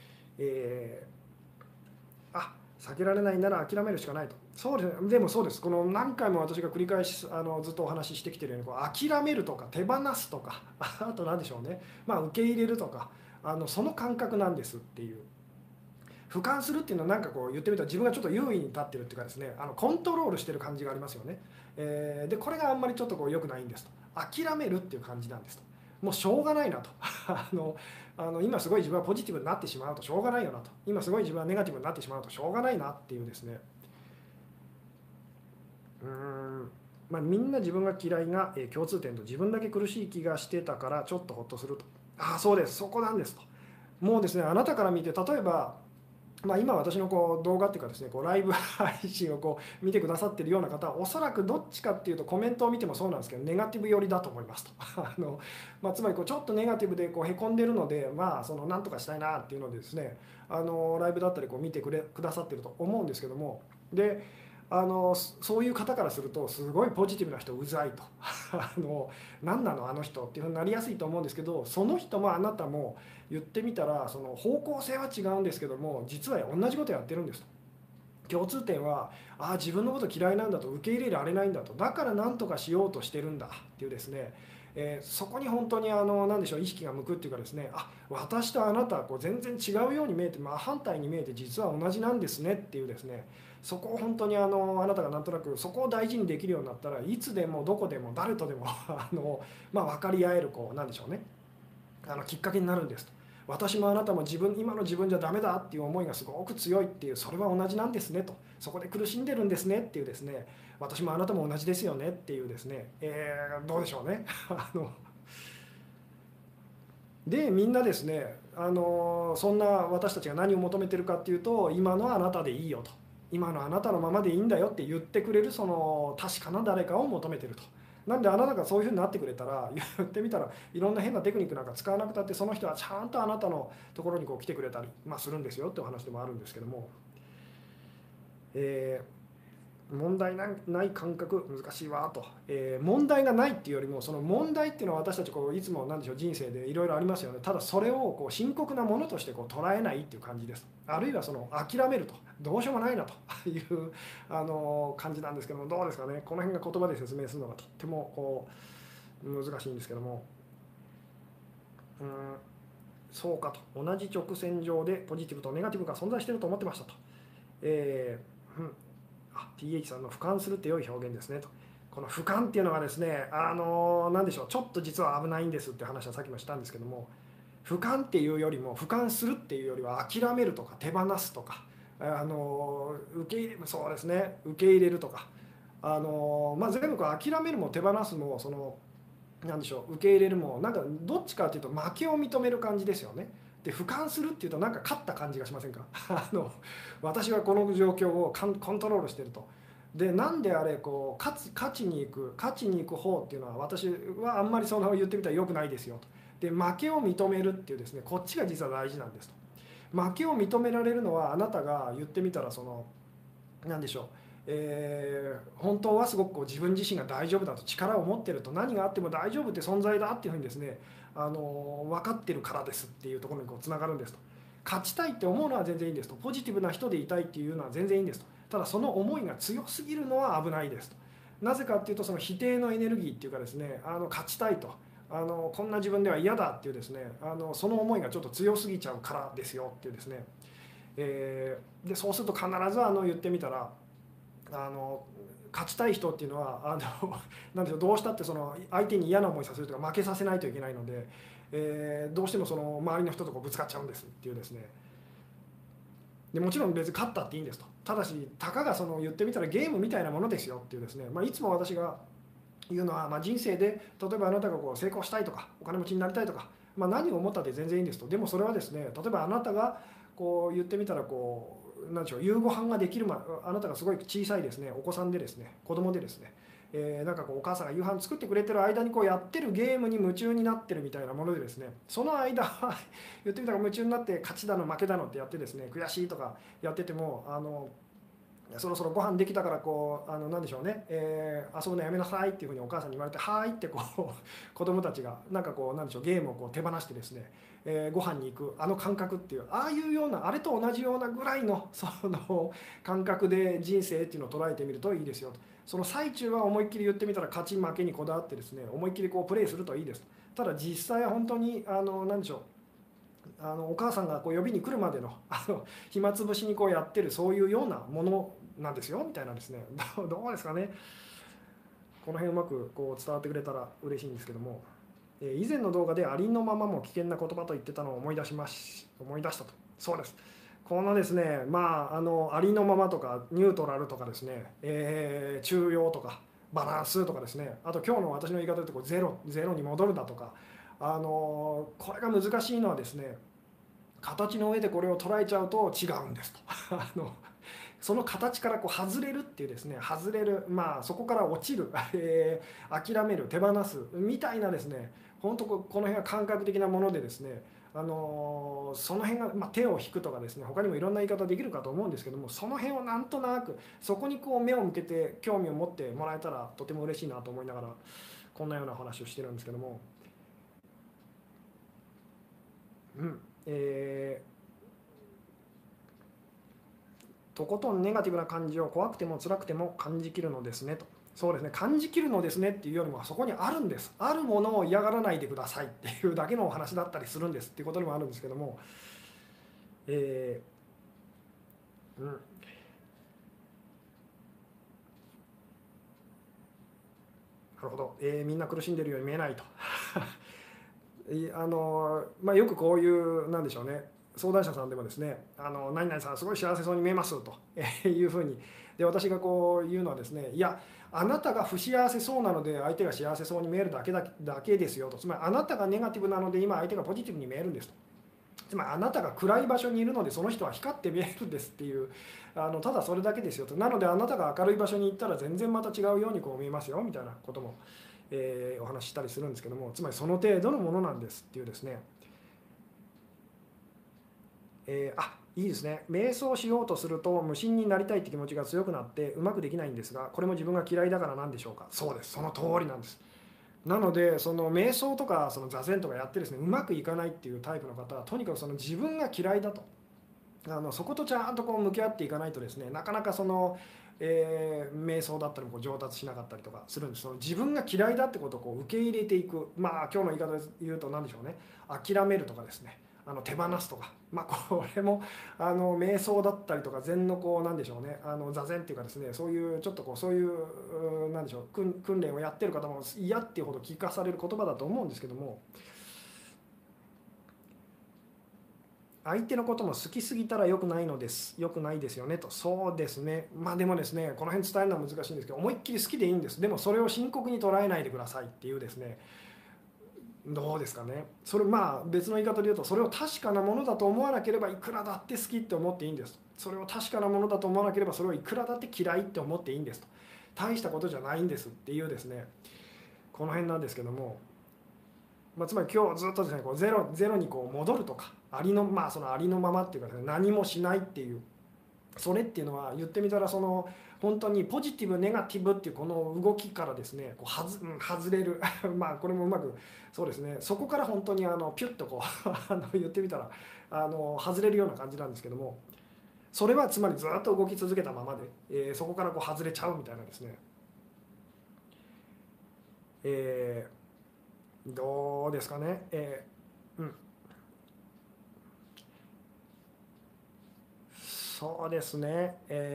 避けられないなら諦めるしかないと。そうですね、でもそうです、この何回も私が繰り返しずっとお話ししてきてるようにこう諦めるとか手放すとかあと何でしょうね、受け入れるとかその感覚なんですっていう。俯瞰するっていうのはなんかこう言ってみたら自分がちょっと優位に立ってるっていうかですねコントロールしてる感じがありますよね。でこれがあんまりちょっとこう良くないんですと。諦めるっていう感じなんですと。もうしょうがないなと今すごい自分はポジティブになってしまうとしょうがないよなと、今すごい自分はネガティブになってしまうとしょうがないなっていうですね、みんな自分が嫌いが共通点と自分だけ苦しい気がしてたからちょっとほっとすると。そうです、そこなんですと。もうですねあなたから見て例えば今私のこう動画っていうかですねこうライブ配信をこう見てくださっているような方はおそらくどっちかっていうとコメントを見てもそうなんですけどネガティブ寄りだと思いますとつまりこうちょっとネガティブでこうへこんでるのでなんとかしたいなっていうのでですねライブだったりこう見てくださってると思うんですけども、でそういう方からするとすごいポジティブな人うざいと何なのあの人っていうふうになりやすいと思うんですけど、その人もあなたも言ってみたらその方向性は違うんですけども実は同じことやってるんですと。共通点は自分のこと嫌いなんだと、受け入れられないんだと、だから何とかしようとしてるんだっていうですね、そこに本当に何でしょう意識が向くっていうかですね、私とあなたはこう全然違うように見えて真反対に見えて実は同じなんですねっていうですね、そこを本当にあなたがなんとなくそこを大事にできるようになったらいつでもどこでも誰とでも分かり合えるこうなんでしょうねきっかけになるんですと。私もあなたも今の自分じゃダメだっていう思いがすごく強いっていう、それは同じなんですねと、そこで苦しんでるんですねっていうですね、私もあなたも同じですよねっていうですね、どうでしょうねでみんなですねそんな私たちが何を求めてるかっていうと、今のあなたでいいよと、今のあなたのままでいいんだよって言ってくれるその確かな誰かを求めてると。なんであなたがそういうふうになってくれたら言ってみたらいろんな変なテクニックなんか使わなくたってその人はちゃんとあなたのところにこう来てくれたり、するんですよってお話でもあるんですけども、 問題ない感覚難しいわと、問題がないっていうよりもその問題っていうのは私たちこういつも何でしょう人生でいろいろありますよね。ただそれをこう深刻なものとしてこう捉えないっていう感じです。あるいはその諦めるとどうしようもないなという感じなんですけども、どうですかね。この辺が言葉で説明するのがとってもこう難しいんですけども、そうかと、同じ直線上でポジティブとネガティブが存在していると思ってましたと。TH さんの俯瞰するって良い表現ですねと。この俯瞰っていうのがですね、何でしょう、ちょっと実は危ないんですって話はさっきもしたんですけども、俯瞰っていうよりも俯瞰するっていうよりは諦めるとか手放すとか、受け入れそうですね、受け入れるとか、全部こう諦めるも手放すもその何でしょう、受け入れるもなんかどっちかというと負けを認める感じですよね。で俯瞰するっていうとなんか勝った感じがしませんか私はこの状況をコントロールしてると。でなんであれこう勝ちに行く方っていうのは私はあんまりその言ってみたら良くないですよと。で負けを認めるっていうですね、こっちが実は大事なんですと。負けを認められるのはあなたが言ってみたらその何でしょう、本当はすごくこう自分自身が大丈夫だと力を持ってると、何があっても大丈夫って存在だっていうふうにですね、分かってるからですっていうところにこうつながるんですと。勝ちたいって思うのは全然いいんですと。ポジティブな人でいたいっていうのは全然いいんですと。ただその思いが強すぎるのは危ないですと。なぜかっていうとその否定のエネルギーっていうかですね、勝ちたいと、こんな自分では嫌だっていうですね、その思いがちょっと強すぎちゃうからですよっていうですね、でそうすると必ず言ってみたら勝ちたい人っていうのはなんでしょう、どうしたってその相手に嫌な思いさせるとか負けさせないといけないので、どうしてもその周りの人とこうぶつかっちゃうんですっていうですね。でもちろん別に勝ったっていいんですと。ただしたかがその言ってみたらゲームみたいなものですよっていうですね、いつも私が言うのは、人生で例えばあなたがこう成功したいとかお金持ちになりたいとか、何を思ったって全然いいんですと。でもそれはですね、例えばあなたがこう言ってみたらこうなんでしょう、夕ご飯ができるあなたがすごい小さいですねお子さんでですね、子供でですね、なんかこうお母さんが夕飯作ってくれてる間にこうやってるゲームに夢中になってるみたいなものでですね、その間言ってみたら夢中になって勝ちだの負けだのってやってですね、悔しいとかやっててもそろそろご飯できたからこうなんでしょうね、遊ぶのやめなさいっていうふうにお母さんに言われて、はーいってこう子供たちがなんかこうなんでしょう、ゲームをこう手放してですね、ご飯に行く感覚っていう、ああいうようなあれと同じようなぐらいのその感覚で人生っていうのを捉えてみるといいですよと。その最中は思いっきり言ってみたら勝ち負けにこだわってですね、思いっきりこうプレーするといいです。ただ実際は本当に何でしょう、お母さんがこう呼びに来るまでの暇つぶしにこうやってるそういうようなものなんですよみたいなですね、どうですかね。この辺うまくこう伝わってくれたら嬉しいんですけども、以前の動画でありのままも危険な言葉と言ってたのを思い出したと。そうです。このですね、ありのままとかニュートラルとかですね、中庸とかバランスとかですね、あと今日の私の言い方で言うとこうゼロに戻るだとか、これが難しいのはですね、形の上でこれを捉えちゃうと違うんですとその形からこう外れるっていうですね、外れる、そこから落ちる、諦める、手放すみたいなですね、本当この辺は感覚的なものでですね、その辺が、手を引くとかですね、他にもいろんな言い方できるかと思うんですけども、その辺をなんとなくそこにこう目を向けて興味を持ってもらえたらとても嬉しいなと思いながらこんなような話をしてるんですけども、とことんネガティブな感じを怖くても辛くても感じきるのですねと。そうですね、感じきるのですねっていうよりもそこにあるんです。あるものを嫌がらないでくださいっていうだけのお話だったりするんですっていうことにもあるんですけども、なるほど、みんな苦しんでるように見えないとよくこういうなんでしょうね、相談者さんでもですね、何々さんすごい幸せそうに見えますというふうに、で私がこう言うのはですね、いやあなたが不幸せそうなので相手が幸せそうに見えるだけですよと。つまりあなたがネガティブなので今相手がポジティブに見えるんですと。つまりあなたが暗い場所にいるのでその人は光って見えるんですっていう、ただそれだけですよと。なのであなたが明るい場所に行ったら全然また違うようにこう見えますよみたいなことも、お話ししたりするんですけども、つまりその程度のものなんですっていうですね。 いいですね。瞑想しようとすると無心になりたいって気持ちが強くなってうまくできないんですが、これも自分が嫌いだからなんでしょうか。そうです。その通りなんです。なので、その瞑想とかその座禅とかやってですね、うまくいかないっていうタイプの方は、とにかくその自分が嫌いだと。そことちゃんとこう向き合っていかないとですね、なかなかその、瞑想だったりもこう上達しなかったりとかするんです。その自分が嫌いだってことをこう受け入れていく、まあ今日の言い方で言うと何でしょうね、諦めるとかですね、手放すとか、まあ、これも瞑想だったりとか禅のこうなんでしょうね、座禅っていうかですね、そういうちょっとこうそういうなんでしょう、訓練をやってる方も嫌っていうほど聞かされる言葉だと思うんですけども、相手のことも好きすぎたら良くないのです。良くないですよねと。そうですね。まあでもですね、この辺伝えるのは難しいんですけど、思いっきり好きでいいんです。でもそれを深刻に捉えないでくださいっていうですね、どうですかね。それまあ別の言い方で言うと、それを確かなものだと思わなければいくらだって好きって思っていいんです。それを確かなものだと思わなければそれをいくらだって嫌いって思っていいんですと。大したことじゃないんですっていうですね、この辺なんですけども、まあ、つまり今日ずっとですね、こうゼロにこう戻るとか、まあそのありのままっていうかですね、何もしないっていう、それっていうのは言ってみたらその本当にポジティブネガティブっていうこの動きからですねこう外れるまあこれもうまくそうですね、そこから本当にピュッとこう言ってみたら外れるような感じなんですけども、それはつまりずっと動き続けたままで、そこからこう外れちゃうみたいなですね、えどうですかね、うん、そうですね、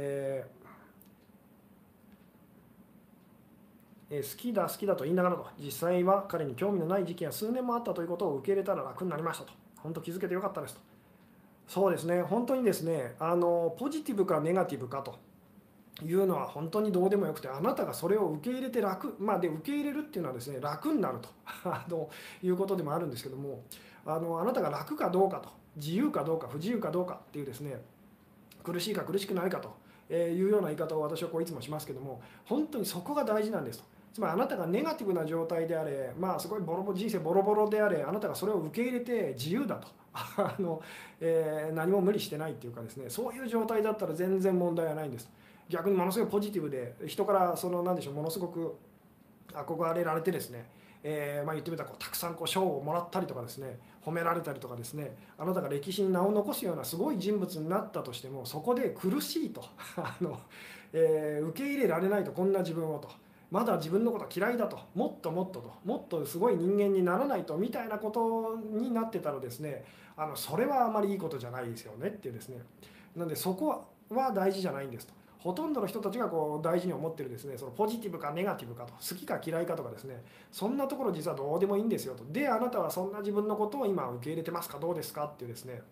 好きだ好きだと言いながらと、実際は彼に興味のない時期が数年もあったということを受け入れたら楽になりましたと。本当気づけてよかったですと。そうですね、本当にですね、ポジティブかネガティブかというのは本当にどうでもよくて、あなたがそれを受け入れて楽、まあ、で受け入れるっていうのはですね、楽になるということでもあるんですけども、あなたが楽かどうかと、自由かどうか不自由かどうかっていうですね、苦しいか苦しくないかというような言い方を私はこういつもしますけども、本当にそこが大事なんですと。つまりあなたがネガティブな状態であれ、まあ、すごい人生ボロボロであれ、あなたがそれを受け入れて自由だと何も無理してないっていうかですね、そういう状態だったら全然問題はないんです。逆にものすごいポジティブで、人からその何でしょう、ものすごく憧れられてですね、まあ、言ってみたらこうたくさんこう賞をもらったりとかですね、褒められたりとかですね、あなたが歴史に名を残すようなすごい人物になったとしても、そこで苦しいと受け入れられないと、こんな自分をと、まだ自分のこと嫌いだと、もっともっとと、もっとすごい人間にならないとみたいなことになってたらですね、それはあまりいいことじゃないですよねっていうですね、なのでそこは大事じゃないんですと。ほとんどの人たちがこう大事に思ってるですね、そのポジティブかネガティブかと、好きか嫌いかとかですね、そんなところ実はどうでもいいんですよと。で、あなたはそんな自分のことを今受け入れてますか、どうですかっていうですね、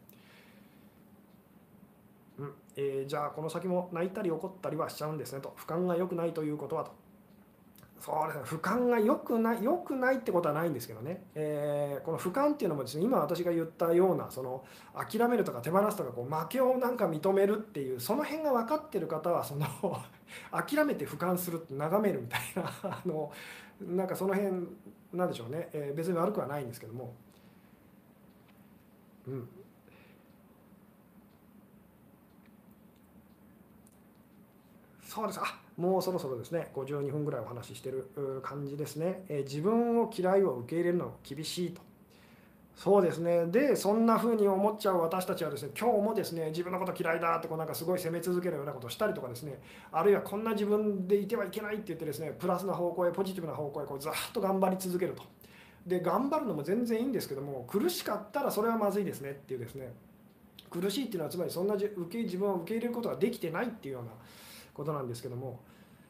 じゃあこの先も泣いたり怒ったりはしちゃうんですねと。俯瞰が良くないということはと。そうですね、俯瞰が良くないってことはないんですけどね、この俯瞰っていうのもですね、今私が言ったようなその諦めるとか手放すとかこう負けをなんか認めるっていうその辺が分かってる方はその諦めて俯瞰するって眺めるみたいななんかその辺なんでしょうね、別に悪くはないんですけども、うん、そうです。もうそろそろですね、52分ぐらいお話ししてる感じですね。自分を嫌いを受け入れるのは厳しいと。そうですね。で、そんな風に思っちゃう私たちはですね、今日もですね、自分のこと嫌いだってこうなんかすごい責め続けるようなことをしたりとかですね、あるいはこんな自分でいてはいけないって言ってですね、プラスな方向へ、ポジティブな方向へこうずっと頑張り続けると。で、頑張るのも全然いいんですけども、苦しかったらそれはまずいですねっていうですね、苦しいっていうのはつまりそんな自分を受け入れることができてないっていうようなことなんですけども、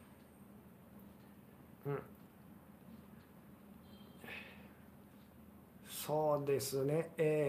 うん、そうですね、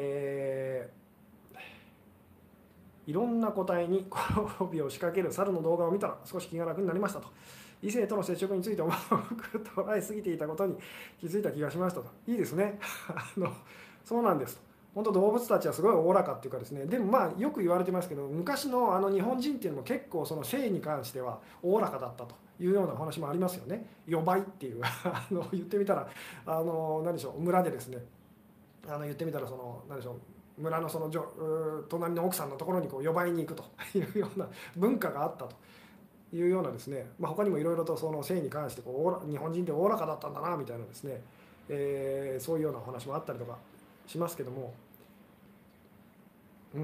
いろんな個体に交尾を仕掛ける猿の動画を見たら少し気が楽になりましたと。異性との接触について重く捉えすぎていたことに気づいた気がしましたと。いいですね。そうなんですと。本当動物たちはすごいおおらかっていうかですね、でもまあよく言われてますけど、昔の日本人っていうのも結構その性に関してはおおらかだったというようなお話もありますよね。予売っていう言ってみたら何でしょう、村でですね、言ってみたらその何でしょう、 村のその隣の奥さんのところにこう呼ばれに行くというような文化があったというようなですね、他にもいろいろとその性に関して日本人っておおらかだったんだなみたいなですね、そういうようなお話もあったりとかしますけども、うん、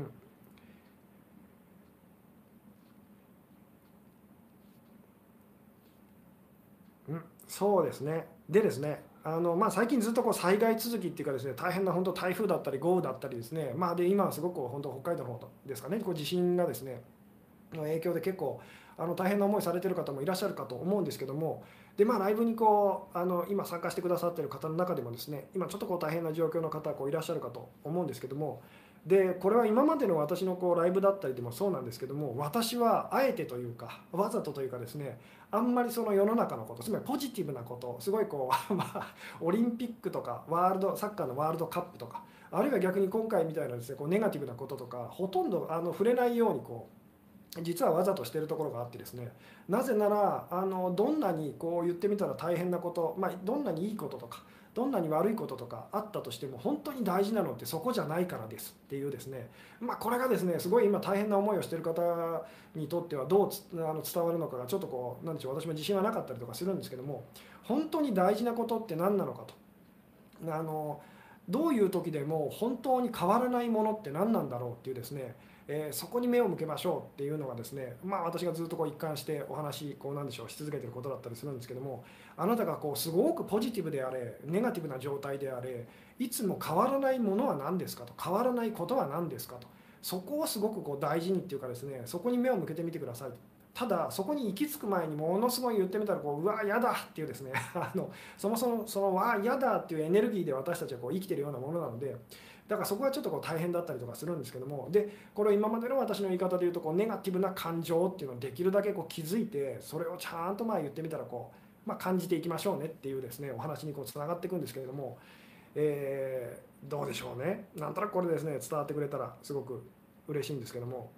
うん、そうですね。でですね、最近ずっとこう災害続きっていうかですね、大変な本当台風だったり豪雨だったりですね、で今はすごく本当北海道の方ですかね、こう地震がですねの影響で結構大変な思いされてる方もいらっしゃるかと思うんですけども、でライブにこう今参加してくださってる方の中でもですね、今ちょっとこう大変な状況の方こういらっしゃるかと思うんですけども、でこれは今までの私のこうライブだったりでもそうなんですけども、私はあえてというかわざとというかですね、あんまりその世の中のこと、つまりポジティブなこと、すごいこうオリンピックとかサッカーのワールドカップとか、あるいは逆に今回みたいなですねこうネガティブなこととかほとんど触れないようにこう実はわざとしているところがあってですね、なぜならどんなにこう言ってみたら大変なこと、どんなにいいこととかどんなに悪いこととかあったとしても本当に大事なのってそこじゃないからですっていうですね、これがですねすごい今大変な思いをしている方にとってはどう伝わるのかがちょっとこうなんでしょう、私も自信はなかったりとかするんですけども、本当に大事なことって何なのかと、どういう時でも本当に変わらないものって何なんだろうっていうですね、そこに目を向けましょうっていうのがですね、私がずっとこう一貫してお話こうなんでしょうし続けてることだったりするんですけども、あなたがこうすごくポジティブであれネガティブな状態であれ、いつも変わらないものは何ですかと、変わらないことは何ですかと、そこをすごくこう大事にっていうかですね、そこに目を向けてみてください。ただそこに行き着く前にものすごい言ってみたらこう、うわやだっていうですねそもそもそのわやだっていうエネルギーで私たちはこう生きてるようなものなので、だからそこはちょっとこう大変だったりとかするんですけども、でこれを今までの私の言い方で言うとこうネガティブな感情っていうのをできるだけこう気づいて、それをちゃんと言ってみたらこう、感じていきましょうねっていうですねお話にこうつながっていくんですけれども、どうでしょうね、なんとなくこれですね伝わってくれたらすごく嬉しいんですけども。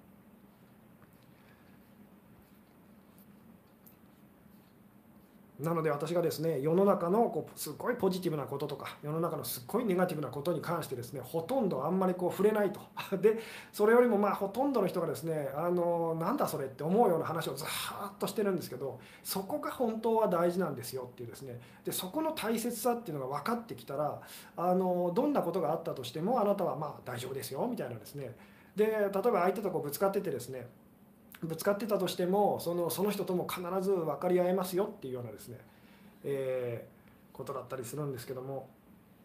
なので私がですね世の中のこうすごいポジティブなこととか世の中のすっごいネガティブなことに関してですねほとんどあんまりこう触れないとでそれよりもほとんどの人がですねなんだそれって思うような話をずーっとしてるんですけど、そこが本当は大事なんですよっていうですね、でそこの大切さっていうのが分かってきたらどんなことがあったとしてもあなたは大丈夫ですよみたいなですね、で例えば相手とこうぶつかっててですね、ぶつかってたとしてもその人とも必ず分かり合えますよっていうようなですね、ことだったりするんですけども、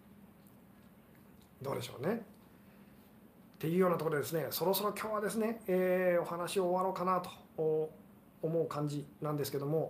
どうでしょうねっていうようなところでですね、そろそろ今日はですね、お話を終わろうかなと思う感じなんですけども、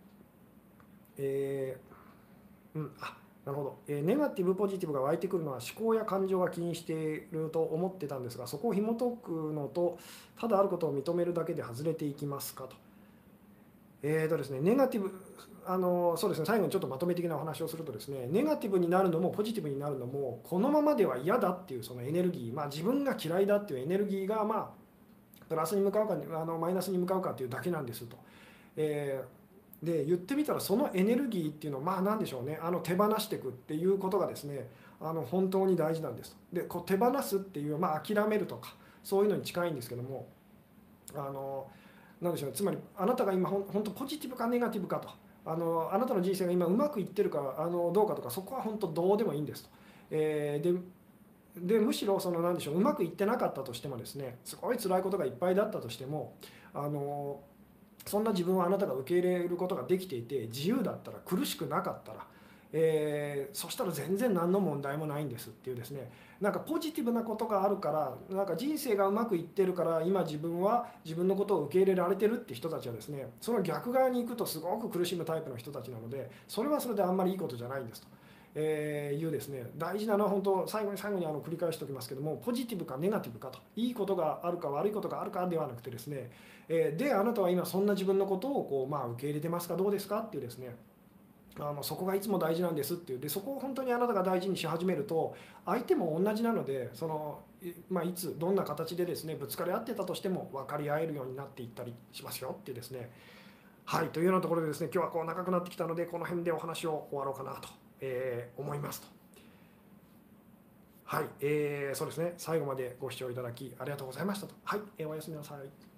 えなるほど、ネガティブポジティブが湧いてくるのは思考や感情が起因していると思ってたんですが、そこを紐解くのとただあることを認めるだけで外れていきますかと。ですね、ネガティブそうですね、最後にちょっとまとめ的なお話をするとですね、ネガティブになるのもポジティブになるのもこのままでは嫌だっていうそのエネルギー、自分が嫌いだっていうエネルギーがプラスに向かうかマイナスに向かうかっていうだけなんですと。で言ってみたらそのエネルギーっていうのを何でしょうね、手放していくっていうことがですね本当に大事なんですと。でこう手放すっていう、諦めるとかそういうのに近いんですけども、なんでしょうね、つまりあなたが今本当ポジティブかネガティブかと、あなたの人生が今うまくいってるかどうかとか、そこは本当どうでもいいんですと。でむしろ何でしょう、うまくいってなかったとしてもですね、すごい辛いことがいっぱいだったとしてもそんな自分をあなたが受け入れることができていて自由だったら、苦しくなかったら、そしたら全然何の問題もないんですっていうですね、なんかポジティブなことがあるから、なんか人生がうまくいってるから今自分は自分のことを受け入れられてるって人たちはですね、その逆側に行くとすごく苦しむタイプの人たちなので、それはそれであんまりいいことじゃないんですと。いうですね、大事なのは本当最後に繰り返しておきますけども、ポジティブかネガティブかと、いいことがあるか悪いことがあるかではなくてですね、であなたは今そんな自分のことをこう、受け入れてますか、どうですかっていうですね、そこがいつも大事なんですっていう、でそこを本当にあなたが大事にし始めると相手も同じなのでいつどんな形でですねぶつかり合ってたとしても分かり合えるようになっていったりしますよっていうですね。はいというようなところでですね、今日はこう長くなってきたのでこの辺でお話を終わろうかなと、思いますと。 はい、そうですね、最後までご視聴いただきありがとうございましたと。はい、おやすみなさい。